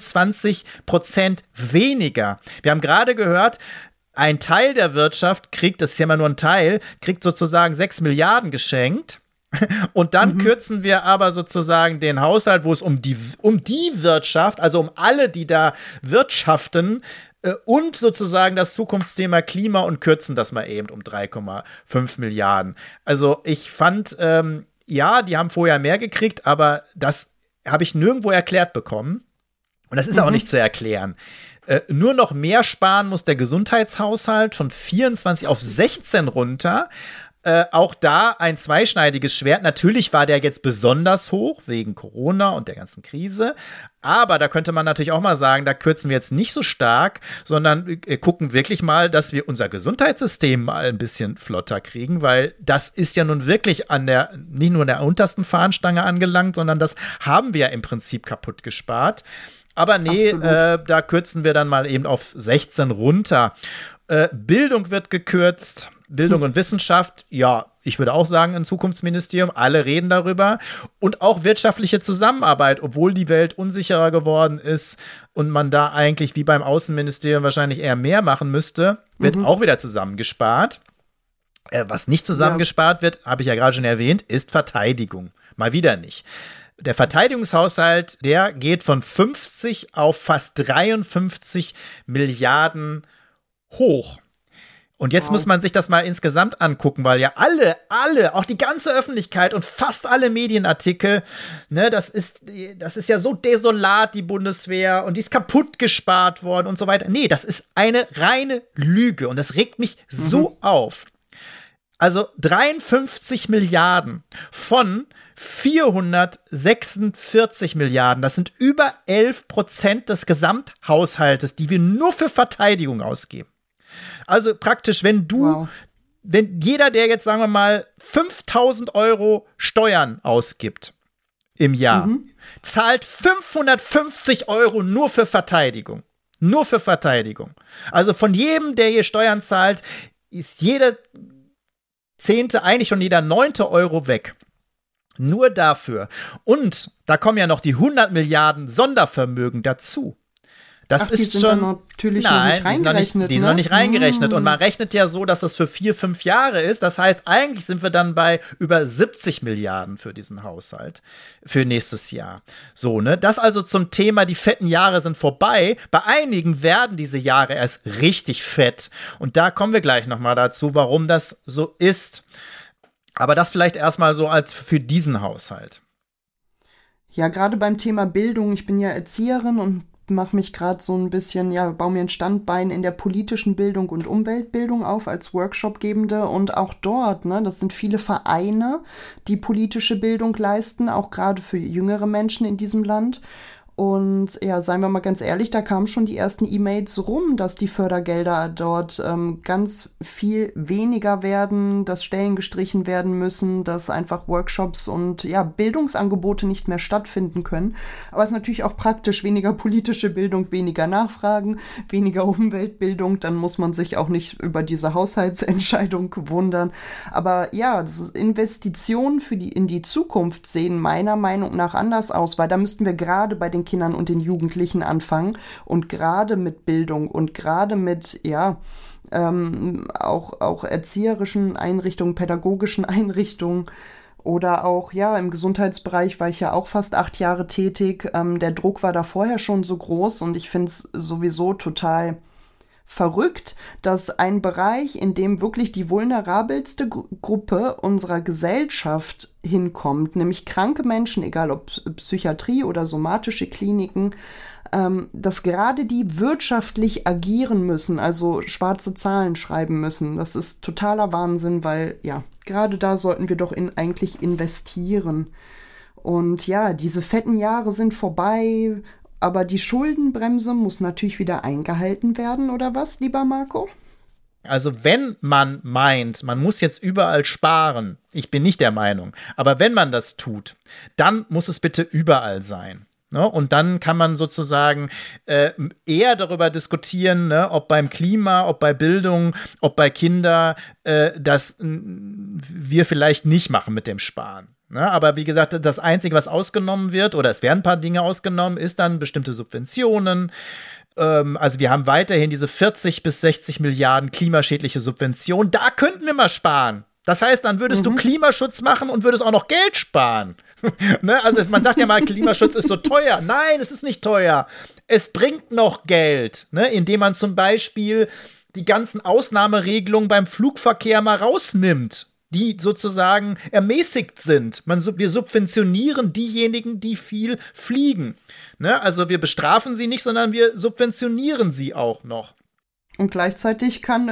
25% weniger. Wir haben gerade gehört, ein Teil der Wirtschaft kriegt, das ist ja immer nur ein Teil, kriegt sozusagen 6 Milliarden geschenkt. Und dann kürzen wir aber sozusagen den Haushalt, wo es um die Wirtschaft, also um alle, die da wirtschaften, und sozusagen das Zukunftsthema Klima und kürzen das mal eben um 3,5 Milliarden. Also ich fand, ja, die haben vorher mehr gekriegt, aber das habe ich nirgendwo erklärt bekommen. Und das ist auch nicht zu erklären. Nur noch mehr sparen muss der Gesundheitshaushalt von 24 auf 16 runter. Auch da ein zweischneidiges Schwert. Natürlich war der jetzt besonders hoch wegen Corona und der ganzen Krise. Aber da könnte man natürlich auch mal sagen, da kürzen wir jetzt nicht so stark, sondern gucken wirklich mal, dass wir unser Gesundheitssystem mal ein bisschen flotter kriegen, weil das ist ja nun wirklich nicht nur an der untersten Fahnenstange angelangt, sondern das haben wir ja im Prinzip kaputt gespart. Aber nee, da kürzen wir dann mal eben auf 16 runter. Bildung wird gekürzt. Bildung und Wissenschaft, ja, ich würde auch sagen, ein Zukunftsministerium, alle reden darüber. Und auch wirtschaftliche Zusammenarbeit, obwohl die Welt unsicherer geworden ist und man da eigentlich wie beim Außenministerium wahrscheinlich eher mehr machen müsste, wird auch wieder zusammengespart. Was nicht zusammengespart wird, habe ich ja gerade schon erwähnt, ist Verteidigung. Mal wieder nicht. Der Verteidigungshaushalt, der geht von 50 auf fast 53 Milliarden hoch. Und jetzt muss man sich das mal insgesamt angucken, weil ja alle, auch die ganze Öffentlichkeit und fast alle Medienartikel, ne, das ist ja so desolat, die Bundeswehr, und die ist kaputt gespart worden und so weiter. Nee, das ist eine reine Lüge und das regt mich so auf. Also 53 Milliarden von 446 Milliarden. Das sind über 11% des Gesamthaushaltes, die wir nur für Verteidigung ausgeben. Also praktisch, wenn jeder, der jetzt, sagen wir mal, 5.000 Euro Steuern ausgibt im Jahr, zahlt 550 Euro nur für Verteidigung. Nur für Verteidigung. Also von jedem, der hier Steuern zahlt, ist jeder 10., eigentlich schon jeder 9. Euro weg. Nur dafür. Und da kommen ja noch die 100 Milliarden Sondervermögen dazu. Das ist sind schon. dann natürlich noch nicht reingerechnet. Die sind noch nicht reingerechnet. Und man rechnet ja so, dass das für 4, 5 Jahre ist. Das heißt, eigentlich sind wir dann bei über 70 Milliarden für diesen Haushalt für nächstes Jahr. So, ne? Das also zum Thema, die fetten Jahre sind vorbei. Bei einigen werden diese Jahre erst richtig fett. Und da kommen wir gleich nochmal dazu, warum das so ist. Aber das vielleicht erstmal so als für diesen Haushalt. Ja, gerade beim Thema Bildung. Ich bin ja Erzieherin und mache mich gerade so ein bisschen, baue mir ein Standbein in der politischen Bildung und Umweltbildung auf als Workshopgebende und auch dort, ne, das sind viele Vereine, die politische Bildung leisten, auch gerade für jüngere Menschen in diesem Land. Und ja, seien wir mal ganz ehrlich, da kamen schon die ersten E-Mails rum, dass die Fördergelder dort ganz viel weniger werden, dass Stellen gestrichen werden müssen, dass einfach Workshops und Bildungsangebote nicht mehr stattfinden können. Aber es ist natürlich auch praktisch, weniger politische Bildung, weniger Nachfragen, weniger Umweltbildung, dann muss man sich auch nicht über diese Haushaltsentscheidung wundern. Aber ja, Investitionen in die Zukunft sehen meiner Meinung nach anders aus, weil da müssten wir gerade bei den Kindern und den Jugendlichen anfangen und gerade mit Bildung und gerade mit, auch erzieherischen Einrichtungen, pädagogischen Einrichtungen oder auch, im Gesundheitsbereich war ich ja auch fast 8 Jahre tätig. Der Druck war da vorher schon so groß und ich finde es sowieso total verrückt, dass ein Bereich, in dem wirklich die vulnerabelste Gruppe unserer Gesellschaft hinkommt, nämlich kranke Menschen, egal ob Psychiatrie oder somatische Kliniken, dass gerade die wirtschaftlich agieren müssen, also schwarze Zahlen schreiben müssen. Das ist totaler Wahnsinn, weil gerade da sollten wir doch eigentlich investieren. Und diese fetten Jahre sind vorbei. Aber die Schuldenbremse muss natürlich wieder eingehalten werden, oder was, lieber Marco? Also wenn man meint, man muss jetzt überall sparen, ich bin nicht der Meinung, aber wenn man das tut, dann muss es bitte überall sein. Ne? Und dann kann man sozusagen eher darüber diskutieren, ne, ob beim Klima, ob bei Bildung, ob bei Kindern, das wir vielleicht nicht machen mit dem Sparen. Ne, aber wie gesagt, das Einzige, was ausgenommen wird, oder es werden ein paar Dinge ausgenommen, ist dann bestimmte Subventionen. Also wir haben weiterhin diese 40 bis 60 Milliarden klimaschädliche Subventionen. Da könnten wir mal sparen. Das heißt, dann würdest du Klimaschutz machen und würdest auch noch Geld sparen. Ne, also man sagt ja mal, Klimaschutz ist so teuer. Nein, es ist nicht teuer. Es bringt noch Geld, ne, indem man zum Beispiel die ganzen Ausnahmeregelungen beim Flugverkehr mal rausnimmt, die sozusagen ermäßigt sind. Wir subventionieren diejenigen, die viel fliegen. Ne? Also wir bestrafen sie nicht, sondern wir subventionieren sie auch noch. Und gleichzeitig kann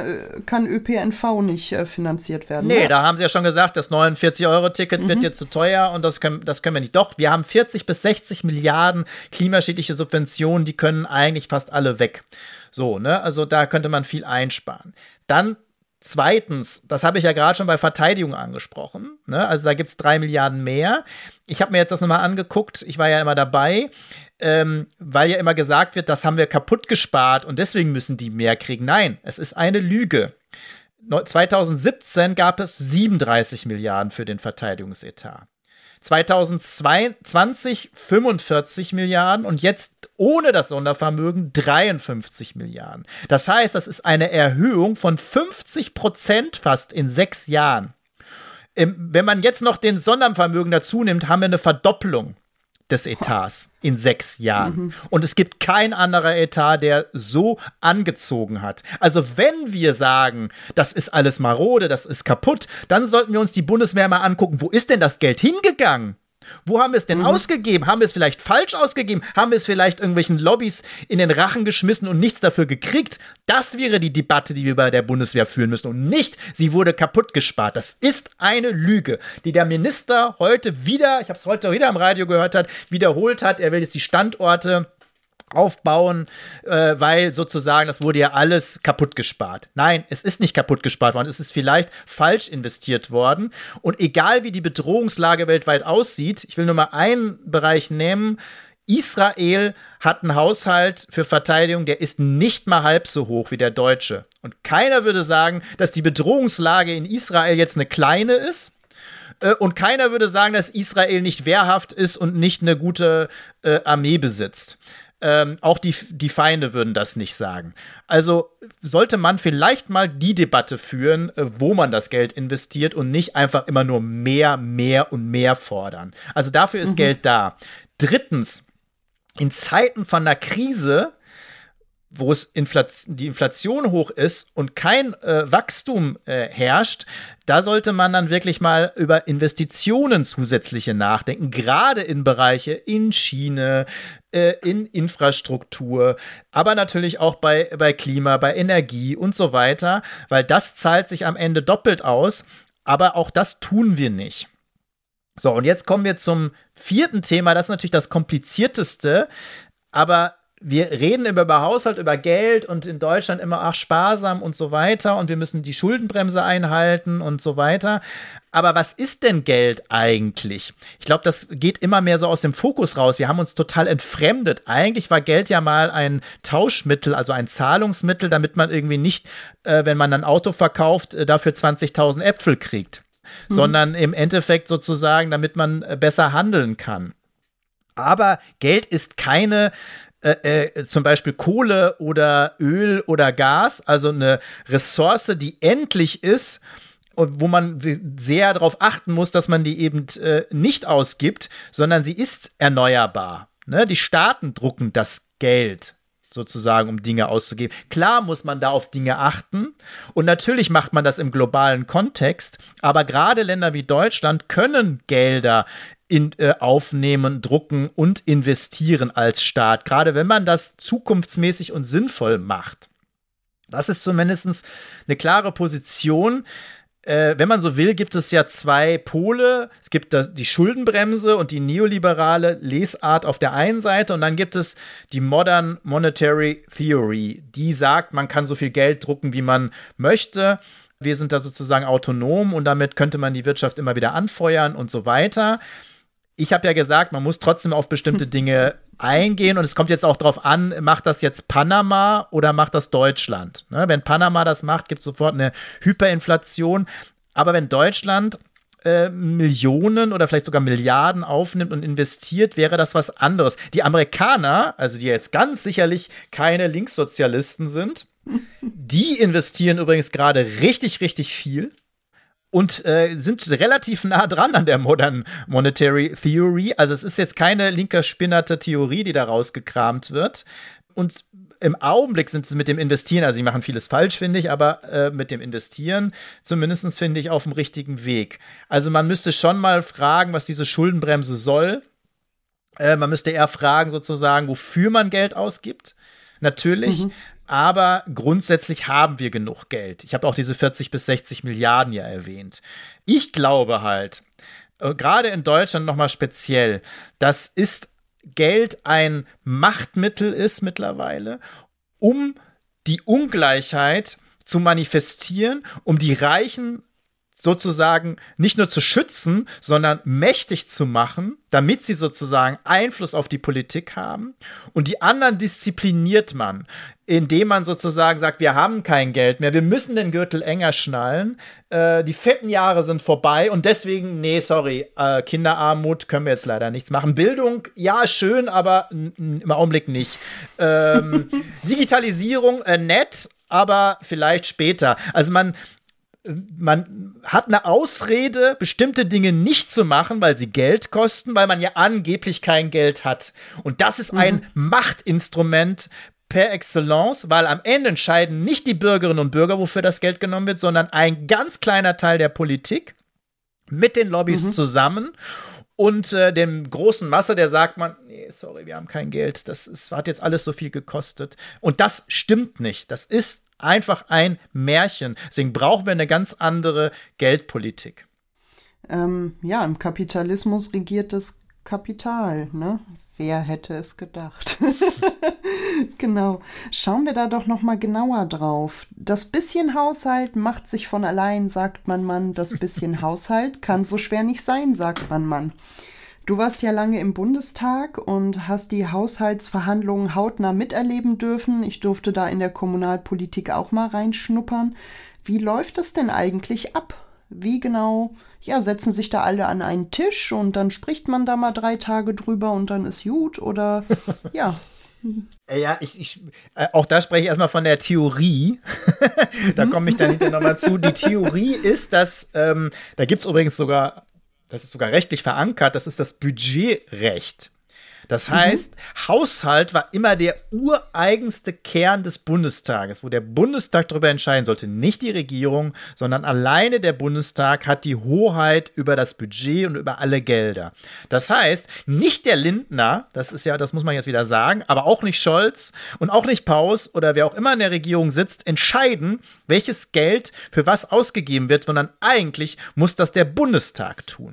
ÖPNV nicht finanziert werden. Nee, da haben sie ja schon gesagt, das 49-Euro-Ticket wird jetzt zu teuer und das können wir nicht. Doch, wir haben 40 bis 60 Milliarden klimaschädliche Subventionen, die können eigentlich fast alle weg. So, ne? Also da könnte man viel einsparen. Dann zweitens, das habe ich ja gerade schon bei Verteidigung angesprochen, ne? Also da gibt es 3 Milliarden mehr. Ich habe mir jetzt das nochmal angeguckt, ich war ja immer dabei, weil ja immer gesagt wird, das haben wir kaputt gespart und deswegen müssen die mehr kriegen. Nein, es ist eine Lüge. 2017 gab es 37 Milliarden für den Verteidigungsetat. 2022 45 Milliarden und jetzt ohne das Sondervermögen 53 Milliarden. Das heißt, das ist eine Erhöhung von 50% fast in 6 Jahren. Wenn man jetzt noch den Sondervermögen dazu nimmt, haben wir eine Verdoppelung des Etats in 6 Jahren. Und es gibt kein anderer Etat, der so angezogen hat. Also wenn wir sagen, das ist alles marode, das ist kaputt, dann sollten wir uns die Bundeswehr mal angucken, wo ist denn das Geld hingegangen? Wo haben wir es denn ausgegeben? Haben wir es vielleicht falsch ausgegeben? Haben wir es vielleicht irgendwelchen Lobbys in den Rachen geschmissen und nichts dafür gekriegt? Das wäre die Debatte, die wir bei der Bundeswehr führen müssen und nicht, sie wurde kaputt gespart. Das ist eine Lüge, die der Minister heute wieder, ich habe es heute wieder am Radio gehört hat, wiederholt hat. Er will jetzt die Standorte aufbauen, weil sozusagen, das wurde ja alles kaputt gespart. Nein, es ist nicht kaputt gespart worden, es ist vielleicht falsch investiert worden und egal wie die Bedrohungslage weltweit aussieht, ich will nur mal einen Bereich nehmen, Israel hat einen Haushalt für Verteidigung, der ist nicht mal halb so hoch wie der deutsche und keiner würde sagen, dass die Bedrohungslage in Israel jetzt eine kleine ist. Und keiner würde sagen, dass Israel nicht wehrhaft ist und nicht eine gute Armee besitzt. Auch die Feinde würden das nicht sagen. Also sollte man vielleicht mal die Debatte führen, wo man das Geld investiert und nicht einfach immer nur mehr und mehr fordern. Also dafür ist Geld da. Drittens, in Zeiten von einer Krise, wo es die Inflation hoch ist und kein Wachstum herrscht, da sollte man dann wirklich mal über Investitionen zusätzliche nachdenken, gerade in Bereiche in Schiene, in Infrastruktur, aber natürlich auch bei Klima, bei Energie und so weiter, weil das zahlt sich am Ende doppelt aus, aber auch das tun wir nicht. So, und jetzt kommen wir zum vierten Thema, das ist natürlich das komplizierteste, aber wir reden über Haushalt, über Geld und in Deutschland immer, sparsam und so weiter und wir müssen die Schuldenbremse einhalten und so weiter. Aber was ist denn Geld eigentlich? Ich glaube, das geht immer mehr so aus dem Fokus raus. Wir haben uns total entfremdet. Eigentlich war Geld ja mal ein Tauschmittel, also ein Zahlungsmittel, damit man irgendwie nicht, wenn man ein Auto verkauft, dafür 20.000 Äpfel kriegt, sondern im Endeffekt sozusagen, damit man besser handeln kann. Aber Geld ist keine zum Beispiel Kohle oder Öl oder Gas, also eine Ressource, die endlich ist und wo man sehr darauf achten muss, dass man die eben nicht ausgibt, sondern sie ist erneuerbar. Ne? Die Staaten drucken das Geld sozusagen, um Dinge auszugeben. Klar muss man da auf Dinge achten und natürlich macht man das im globalen Kontext, aber gerade Länder wie Deutschland können Gelder aufnehmen, drucken und investieren als Staat, gerade wenn man das zukunftsmäßig und sinnvoll macht. Das ist zumindest eine klare Position. Wenn man so will, gibt es ja zwei Pole. Es gibt die Schuldenbremse und die neoliberale Lesart auf der einen Seite und dann gibt es die Modern Monetary Theory, die sagt, man kann so viel Geld drucken, wie man möchte. Wir sind da sozusagen autonom und damit könnte man die Wirtschaft immer wieder anfeuern und so weiter. Ich habe ja gesagt, man muss trotzdem auf bestimmte Dinge eingehen und es kommt jetzt auch drauf an, macht das jetzt Panama oder macht das Deutschland? Ne? Wenn Panama das macht, gibt es sofort eine Hyperinflation. Aber wenn Deutschland Millionen oder vielleicht sogar Milliarden aufnimmt und investiert, wäre das was anderes. Die Amerikaner, also die jetzt ganz sicherlich keine Linkssozialisten sind, die investieren übrigens gerade richtig, richtig viel. Und sind relativ nah dran an der Modern Monetary Theory. Also es ist jetzt keine linker spinnerte Theorie, die da rausgekramt wird. Und im Augenblick sind sie mit dem Investieren, also sie machen vieles falsch, finde ich, aber mit dem Investieren zumindest finde ich auf dem richtigen Weg. Also man müsste schon mal fragen, was diese Schuldenbremse soll. Man müsste eher fragen sozusagen, wofür man Geld ausgibt. Natürlich. Aber grundsätzlich haben wir genug Geld. Ich habe auch diese 40 bis 60 Milliarden ja erwähnt. Ich glaube halt, gerade in Deutschland nochmal speziell, dass Geld ein Machtmittel ist mittlerweile, um die Ungleichheit zu manifestieren, um die Reichen sozusagen nicht nur zu schützen, sondern mächtig zu machen, damit sie sozusagen Einfluss auf die Politik haben. Und die anderen diszipliniert man, indem man sozusagen sagt, wir haben kein Geld mehr, wir müssen den Gürtel enger schnallen, die fetten Jahre sind vorbei und deswegen, Kinderarmut können wir jetzt leider nichts machen. Bildung, ja, schön, aber im Augenblick nicht. Digitalisierung, nett, aber vielleicht später. Also man hat eine Ausrede, bestimmte Dinge nicht zu machen, weil sie Geld kosten, weil man ja angeblich kein Geld hat. Und das ist ein Machtinstrument per excellence, weil am Ende entscheiden nicht die Bürgerinnen und Bürger, wofür das Geld genommen wird, sondern ein ganz kleiner Teil der Politik mit den Lobbys zusammen. und dem großen Masse, der sagt man, nee, sorry, wir haben kein Geld, hat jetzt alles so viel gekostet. Und das stimmt nicht. Das ist einfach ein Märchen. Deswegen brauchen wir eine ganz andere Geldpolitik. Ja, im Kapitalismus regiert das Kapital, ne? Wer hätte es gedacht? Genau. Schauen wir da doch noch mal genauer drauf. Das bisschen Haushalt macht sich von allein, sagt mein Mann. Das bisschen Haushalt kann so schwer nicht sein, sagt mein Mann. Du warst ja lange im Bundestag und hast die Haushaltsverhandlungen hautnah miterleben dürfen. Ich durfte da in der Kommunalpolitik auch mal reinschnuppern. Wie läuft das denn eigentlich ab? Wie genau, ja, setzen sich da alle an einen Tisch und dann spricht man da mal 3 Tage drüber und dann ist gut oder, ja. Ja, auch da spreche ich erstmal von der Theorie. Da komme ich dann hinterher nochmal zu. Die Theorie ist, dass, da gibt es übrigens sogar, das ist sogar rechtlich verankert, das ist das Budgetrecht. Das heißt, Haushalt war immer der ureigenste Kern des Bundestages, wo der Bundestag darüber entscheiden sollte. Nicht die Regierung, sondern alleine der Bundestag hat die Hoheit über das Budget und über alle Gelder. Das heißt, nicht der Lindner, das muss man jetzt wieder sagen, aber auch nicht Scholz und auch nicht Paus oder wer auch immer in der Regierung sitzt, entscheiden, welches Geld für was ausgegeben wird, sondern eigentlich muss das der Bundestag tun.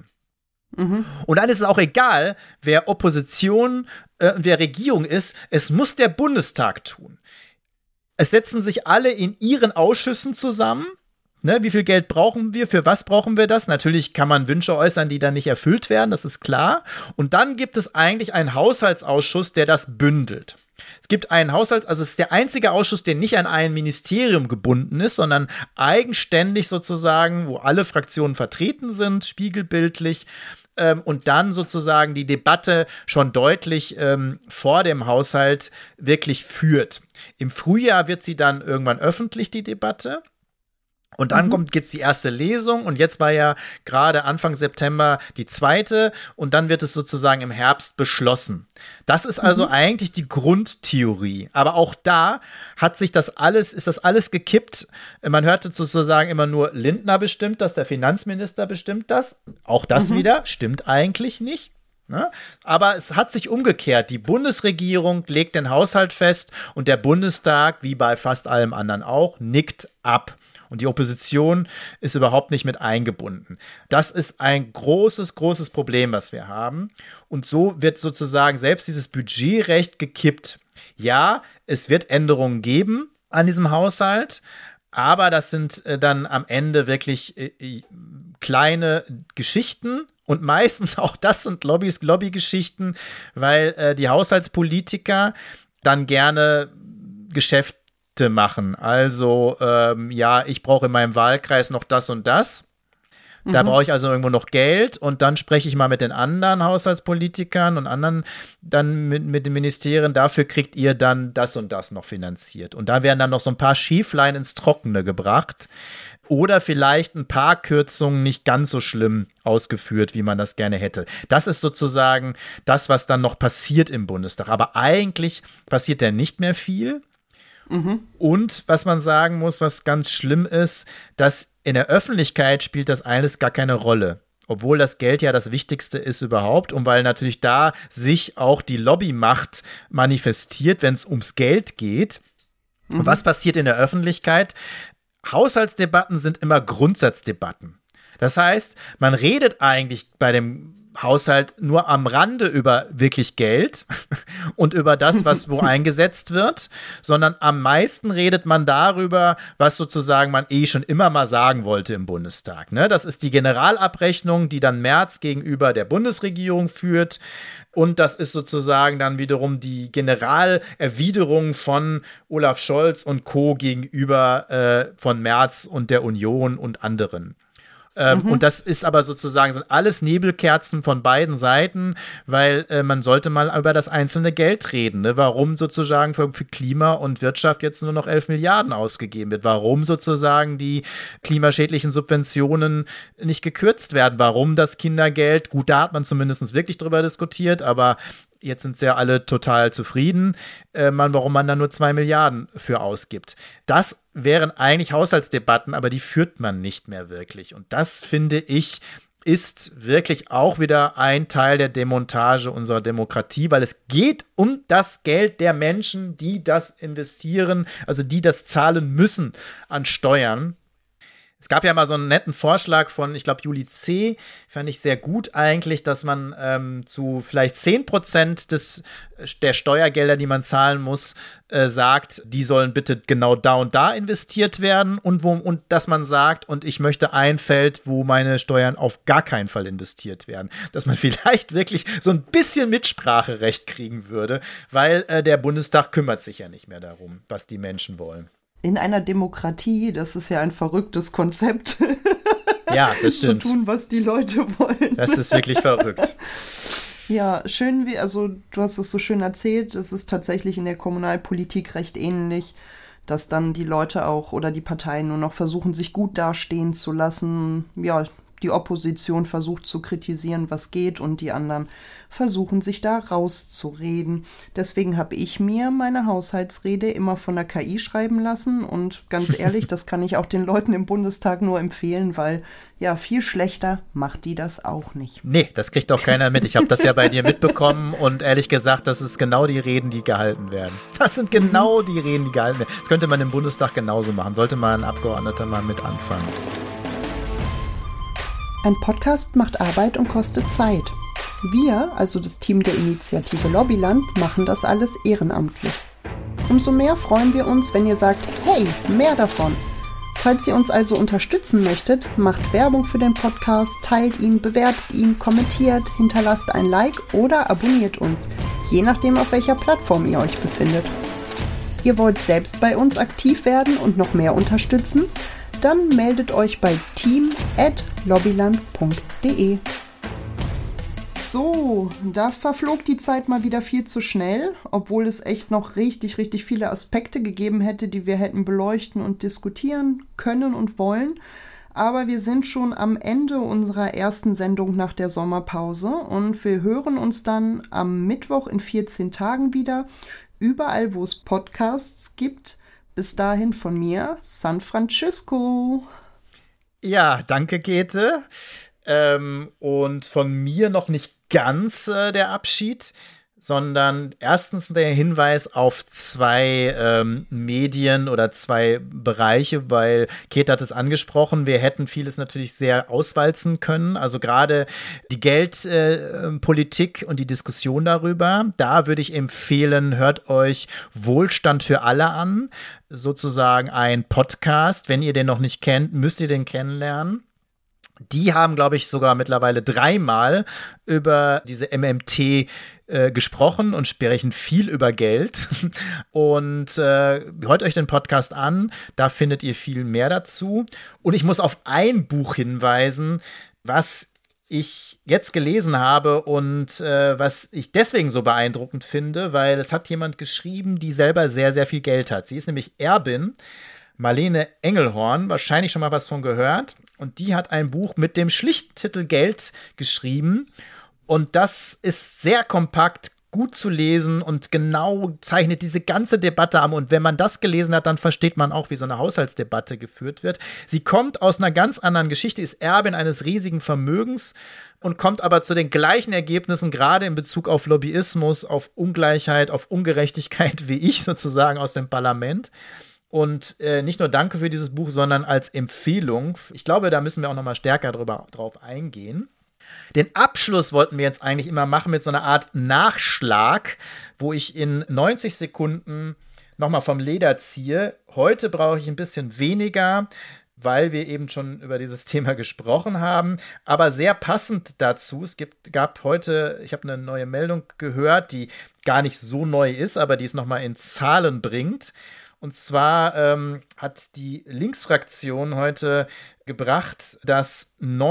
Und dann ist es auch egal, wer Opposition und wer Regierung ist, es muss der Bundestag tun. Es setzen sich alle in ihren Ausschüssen zusammen. Ne, wie viel Geld brauchen wir? Für was brauchen wir das? Natürlich kann man Wünsche äußern, die dann nicht erfüllt werden, das ist klar. Und dann gibt es eigentlich einen Haushaltsausschuss, der das bündelt. Es gibt einen also es ist der einzige Ausschuss, der nicht an ein Ministerium gebunden ist, sondern eigenständig sozusagen, wo alle Fraktionen vertreten sind, spiegelbildlich. Und dann sozusagen die Debatte schon deutlich vor dem Haushalt wirklich führt. Im Frühjahr wird sie dann irgendwann öffentlich, die Debatte. Und dann gibt es die erste Lesung und jetzt war ja gerade Anfang September die zweite und dann wird es sozusagen im Herbst beschlossen. Das ist also eigentlich die Grundtheorie. Aber auch da ist das alles gekippt. Man hörte sozusagen immer nur, Lindner bestimmt das, der Finanzminister bestimmt das. Auch das wieder stimmt eigentlich nicht. Ne? Aber es hat sich umgekehrt. Die Bundesregierung legt den Haushalt fest und der Bundestag, wie bei fast allem anderen auch, nickt ab. Und die Opposition ist überhaupt nicht mit eingebunden. Das ist ein großes, großes Problem, was wir haben. Und so wird sozusagen selbst dieses Budgetrecht gekippt. Ja, es wird Änderungen geben an diesem Haushalt, aber das sind dann am Ende wirklich kleine Geschichten. Und meistens auch das sind Lobbygeschichten, weil die Haushaltspolitiker dann gerne Geschäfte machen. Also, ich brauche in meinem Wahlkreis noch das und das. Da brauche ich also irgendwo noch Geld und dann spreche ich mal mit den anderen Haushaltspolitikern und anderen dann mit den Ministerien. Dafür kriegt ihr dann das und das noch finanziert. Und da werden dann noch so ein paar Schieflein ins Trockene gebracht oder vielleicht ein paar Kürzungen nicht ganz so schlimm ausgeführt, wie man das gerne hätte. Das ist sozusagen das, was dann noch passiert im Bundestag. Aber eigentlich passiert da nicht mehr viel. Und was man sagen muss, was ganz schlimm ist, dass in der Öffentlichkeit spielt das alles gar keine Rolle. Obwohl das Geld ja das Wichtigste ist überhaupt und weil natürlich da sich auch die Lobbymacht manifestiert, wenn es ums Geld geht. Und was passiert in der Öffentlichkeit? Haushaltsdebatten sind immer Grundsatzdebatten. Das heißt, man redet eigentlich bei dem Haushalt nur am Rande über wirklich Geld und über das, wo eingesetzt wird, sondern am meisten redet man darüber, was sozusagen man schon immer mal sagen wollte im Bundestag. Ne? Das ist die Generalabrechnung, die dann Merz gegenüber der Bundesregierung führt. Und das ist sozusagen dann wiederum die Generalerwiderung von Olaf Scholz und Co. gegenüber von Merz und der Union und anderen. Und das ist aber sozusagen, sind alles Nebelkerzen von beiden Seiten, weil man sollte mal über das einzelne Geld reden. Ne? Warum sozusagen für Klima und Wirtschaft jetzt nur noch 11 Milliarden ausgegeben wird. Warum sozusagen die klimaschädlichen Subventionen nicht gekürzt werden. Warum das Kindergeld, gut, da hat man zumindest wirklich drüber diskutiert, aber jetzt sind ja alle total zufrieden, warum man da nur 2 Milliarden für ausgibt. Das wären eigentlich Haushaltsdebatten, aber die führt man nicht mehr wirklich. Und das, finde ich, ist wirklich auch wieder ein Teil der Demontage unserer Demokratie, weil es geht um das Geld der Menschen, die das investieren, also die das zahlen müssen an Steuern. Es gab ja mal so einen netten Vorschlag von, ich glaube, Juli C., fand ich sehr gut eigentlich, dass man zu vielleicht 10% der Steuergelder, die man zahlen muss, sagt, die sollen bitte genau da und da investiert werden und dass man sagt, und ich möchte ein Feld, wo meine Steuern auf gar keinen Fall investiert werden. Dass man vielleicht wirklich so ein bisschen Mitspracherecht kriegen würde, weil der Bundestag kümmert sich ja nicht mehr darum, was die Menschen wollen. In einer Demokratie, das ist ja ein verrücktes Konzept, ja, das stimmt. zu tun, was die Leute wollen. Das ist wirklich verrückt. Ja, also du hast es so schön erzählt, es ist tatsächlich in der Kommunalpolitik recht ähnlich, dass dann die Leute auch oder die Parteien nur noch versuchen, sich gut dastehen zu lassen. Ja, die Opposition versucht zu kritisieren, was geht, und die anderen versuchen, sich da rauszureden. Deswegen habe ich mir meine Haushaltsrede immer von der KI schreiben lassen, und ganz ehrlich, das kann ich auch den Leuten im Bundestag nur empfehlen, weil ja, viel schlechter macht die das auch nicht. Nee, das kriegt doch keiner mit. Ich habe das ja bei dir mitbekommen, und ehrlich gesagt, das ist genau die Reden, die gehalten werden. Das sind genau die Reden, die gehalten werden. Das könnte man im Bundestag genauso machen. Sollte mal ein Abgeordneter mal mit anfangen. Ein Podcast macht Arbeit und kostet Zeit. Wir, also das Team der Initiative Lobbyland, machen das alles ehrenamtlich. Umso mehr freuen wir uns, wenn ihr sagt, hey, mehr davon. Falls ihr uns also unterstützen möchtet, macht Werbung für den Podcast, teilt ihn, bewertet ihn, kommentiert, hinterlasst ein Like oder abonniert uns, je nachdem, auf welcher Plattform ihr euch befindet. Ihr wollt selbst bei uns aktiv werden und noch mehr unterstützen? Dann meldet euch bei team@lobbyland.de. So, da verflog die Zeit mal wieder viel zu schnell, obwohl es echt noch richtig, richtig viele Aspekte gegeben hätte, die wir hätten beleuchten und diskutieren können und wollen. Aber wir sind schon am Ende unserer ersten Sendung nach der Sommerpause, und wir hören uns dann am Mittwoch in 14 Tagen wieder, überall wo es Podcasts gibt. Bis dahin von mir, San Francisco. Ja, danke, Käthe. Und von mir noch nicht ganz der Abschied, sondern erstens der Hinweis auf zwei Medien oder zwei Bereiche, weil Käthe hat es angesprochen, wir hätten vieles natürlich sehr auswalzen können, also gerade die Geldpolitik und die Diskussion darüber, da würde ich empfehlen, hört euch Wohlstand für alle an, sozusagen ein Podcast, wenn ihr den noch nicht kennt, müsst ihr den kennenlernen. Die haben, glaube ich, sogar mittlerweile 3-mal über diese MMT gesprochen und sprechen viel über Geld. Und hört euch den Podcast an, da findet ihr viel mehr dazu. Und ich muss auf ein Buch hinweisen, was ich jetzt gelesen habe und was ich deswegen so beeindruckend finde, weil es hat jemand geschrieben, die selber sehr, sehr viel Geld hat. Sie ist nämlich Erbin, Marlene Engelhorn, wahrscheinlich schon mal was von gehört. Und die hat ein Buch mit dem schlichten Titel Geld geschrieben. Und das ist sehr kompakt, gut zu lesen und genau zeichnet diese ganze Debatte an. Und wenn man das gelesen hat, dann versteht man auch, wie so eine Haushaltsdebatte geführt wird. Sie kommt aus einer ganz anderen Geschichte, ist Erbin eines riesigen Vermögens und kommt aber zu den gleichen Ergebnissen, gerade in Bezug auf Lobbyismus, auf Ungleichheit, auf Ungerechtigkeit, wie ich sozusagen aus dem Parlament. Und nicht nur danke für dieses Buch, sondern als Empfehlung. Ich glaube, da müssen wir auch noch mal stärker drauf eingehen. Den Abschluss wollten wir jetzt eigentlich immer machen mit so einer Art Nachschlag, wo ich in 90 Sekunden noch mal vom Leder ziehe. Heute brauche ich ein bisschen weniger, weil wir eben schon über dieses Thema gesprochen haben. Aber sehr passend dazu, gab heute, ich habe eine neue Meldung gehört, die gar nicht so neu ist, aber die es noch mal in Zahlen bringt. Und zwar hat die Linksfraktion heute gebracht, dass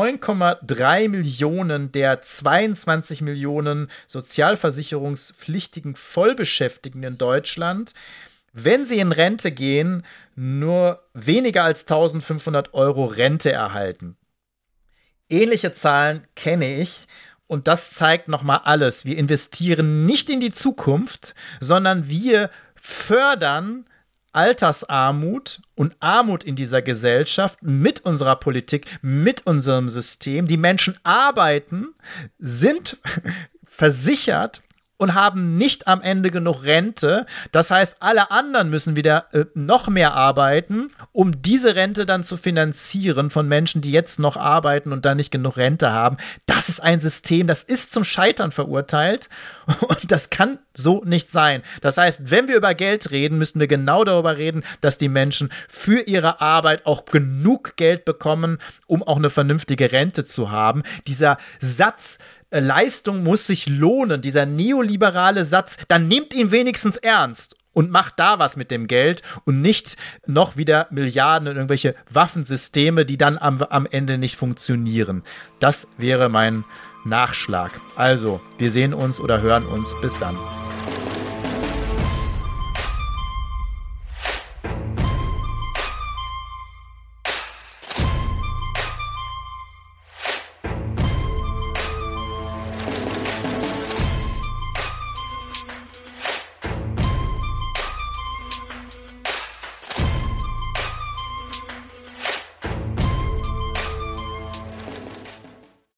9,3 Millionen der 22 Millionen sozialversicherungspflichtigen Vollbeschäftigten in Deutschland, wenn sie in Rente gehen, nur weniger als 1.500 € Rente erhalten. Ähnliche Zahlen kenne ich. Und das zeigt nochmal alles. Wir investieren nicht in die Zukunft, sondern wir fördern Altersarmut und Armut in dieser Gesellschaft mit unserer Politik, mit unserem System. Die Menschen arbeiten, sind versichert und haben nicht am Ende genug Rente. Das heißt, alle anderen müssen wieder noch mehr arbeiten, um diese Rente dann zu finanzieren von Menschen, die jetzt noch arbeiten und dann nicht genug Rente haben. Das ist ein System, das ist zum Scheitern verurteilt und das kann so nicht sein. Das heißt, wenn wir über Geld reden, müssen wir genau darüber reden, dass die Menschen für ihre Arbeit auch genug Geld bekommen, um auch eine vernünftige Rente zu haben. Dieser Satz, Leistung muss sich lohnen, dieser neoliberale Satz, dann nehmt ihn wenigstens ernst und macht da was mit dem Geld und nicht noch wieder Milliarden in irgendwelche Waffensysteme, die dann am Ende nicht funktionieren. Das wäre mein Nachschlag. Also, wir sehen uns oder hören uns. Bis dann.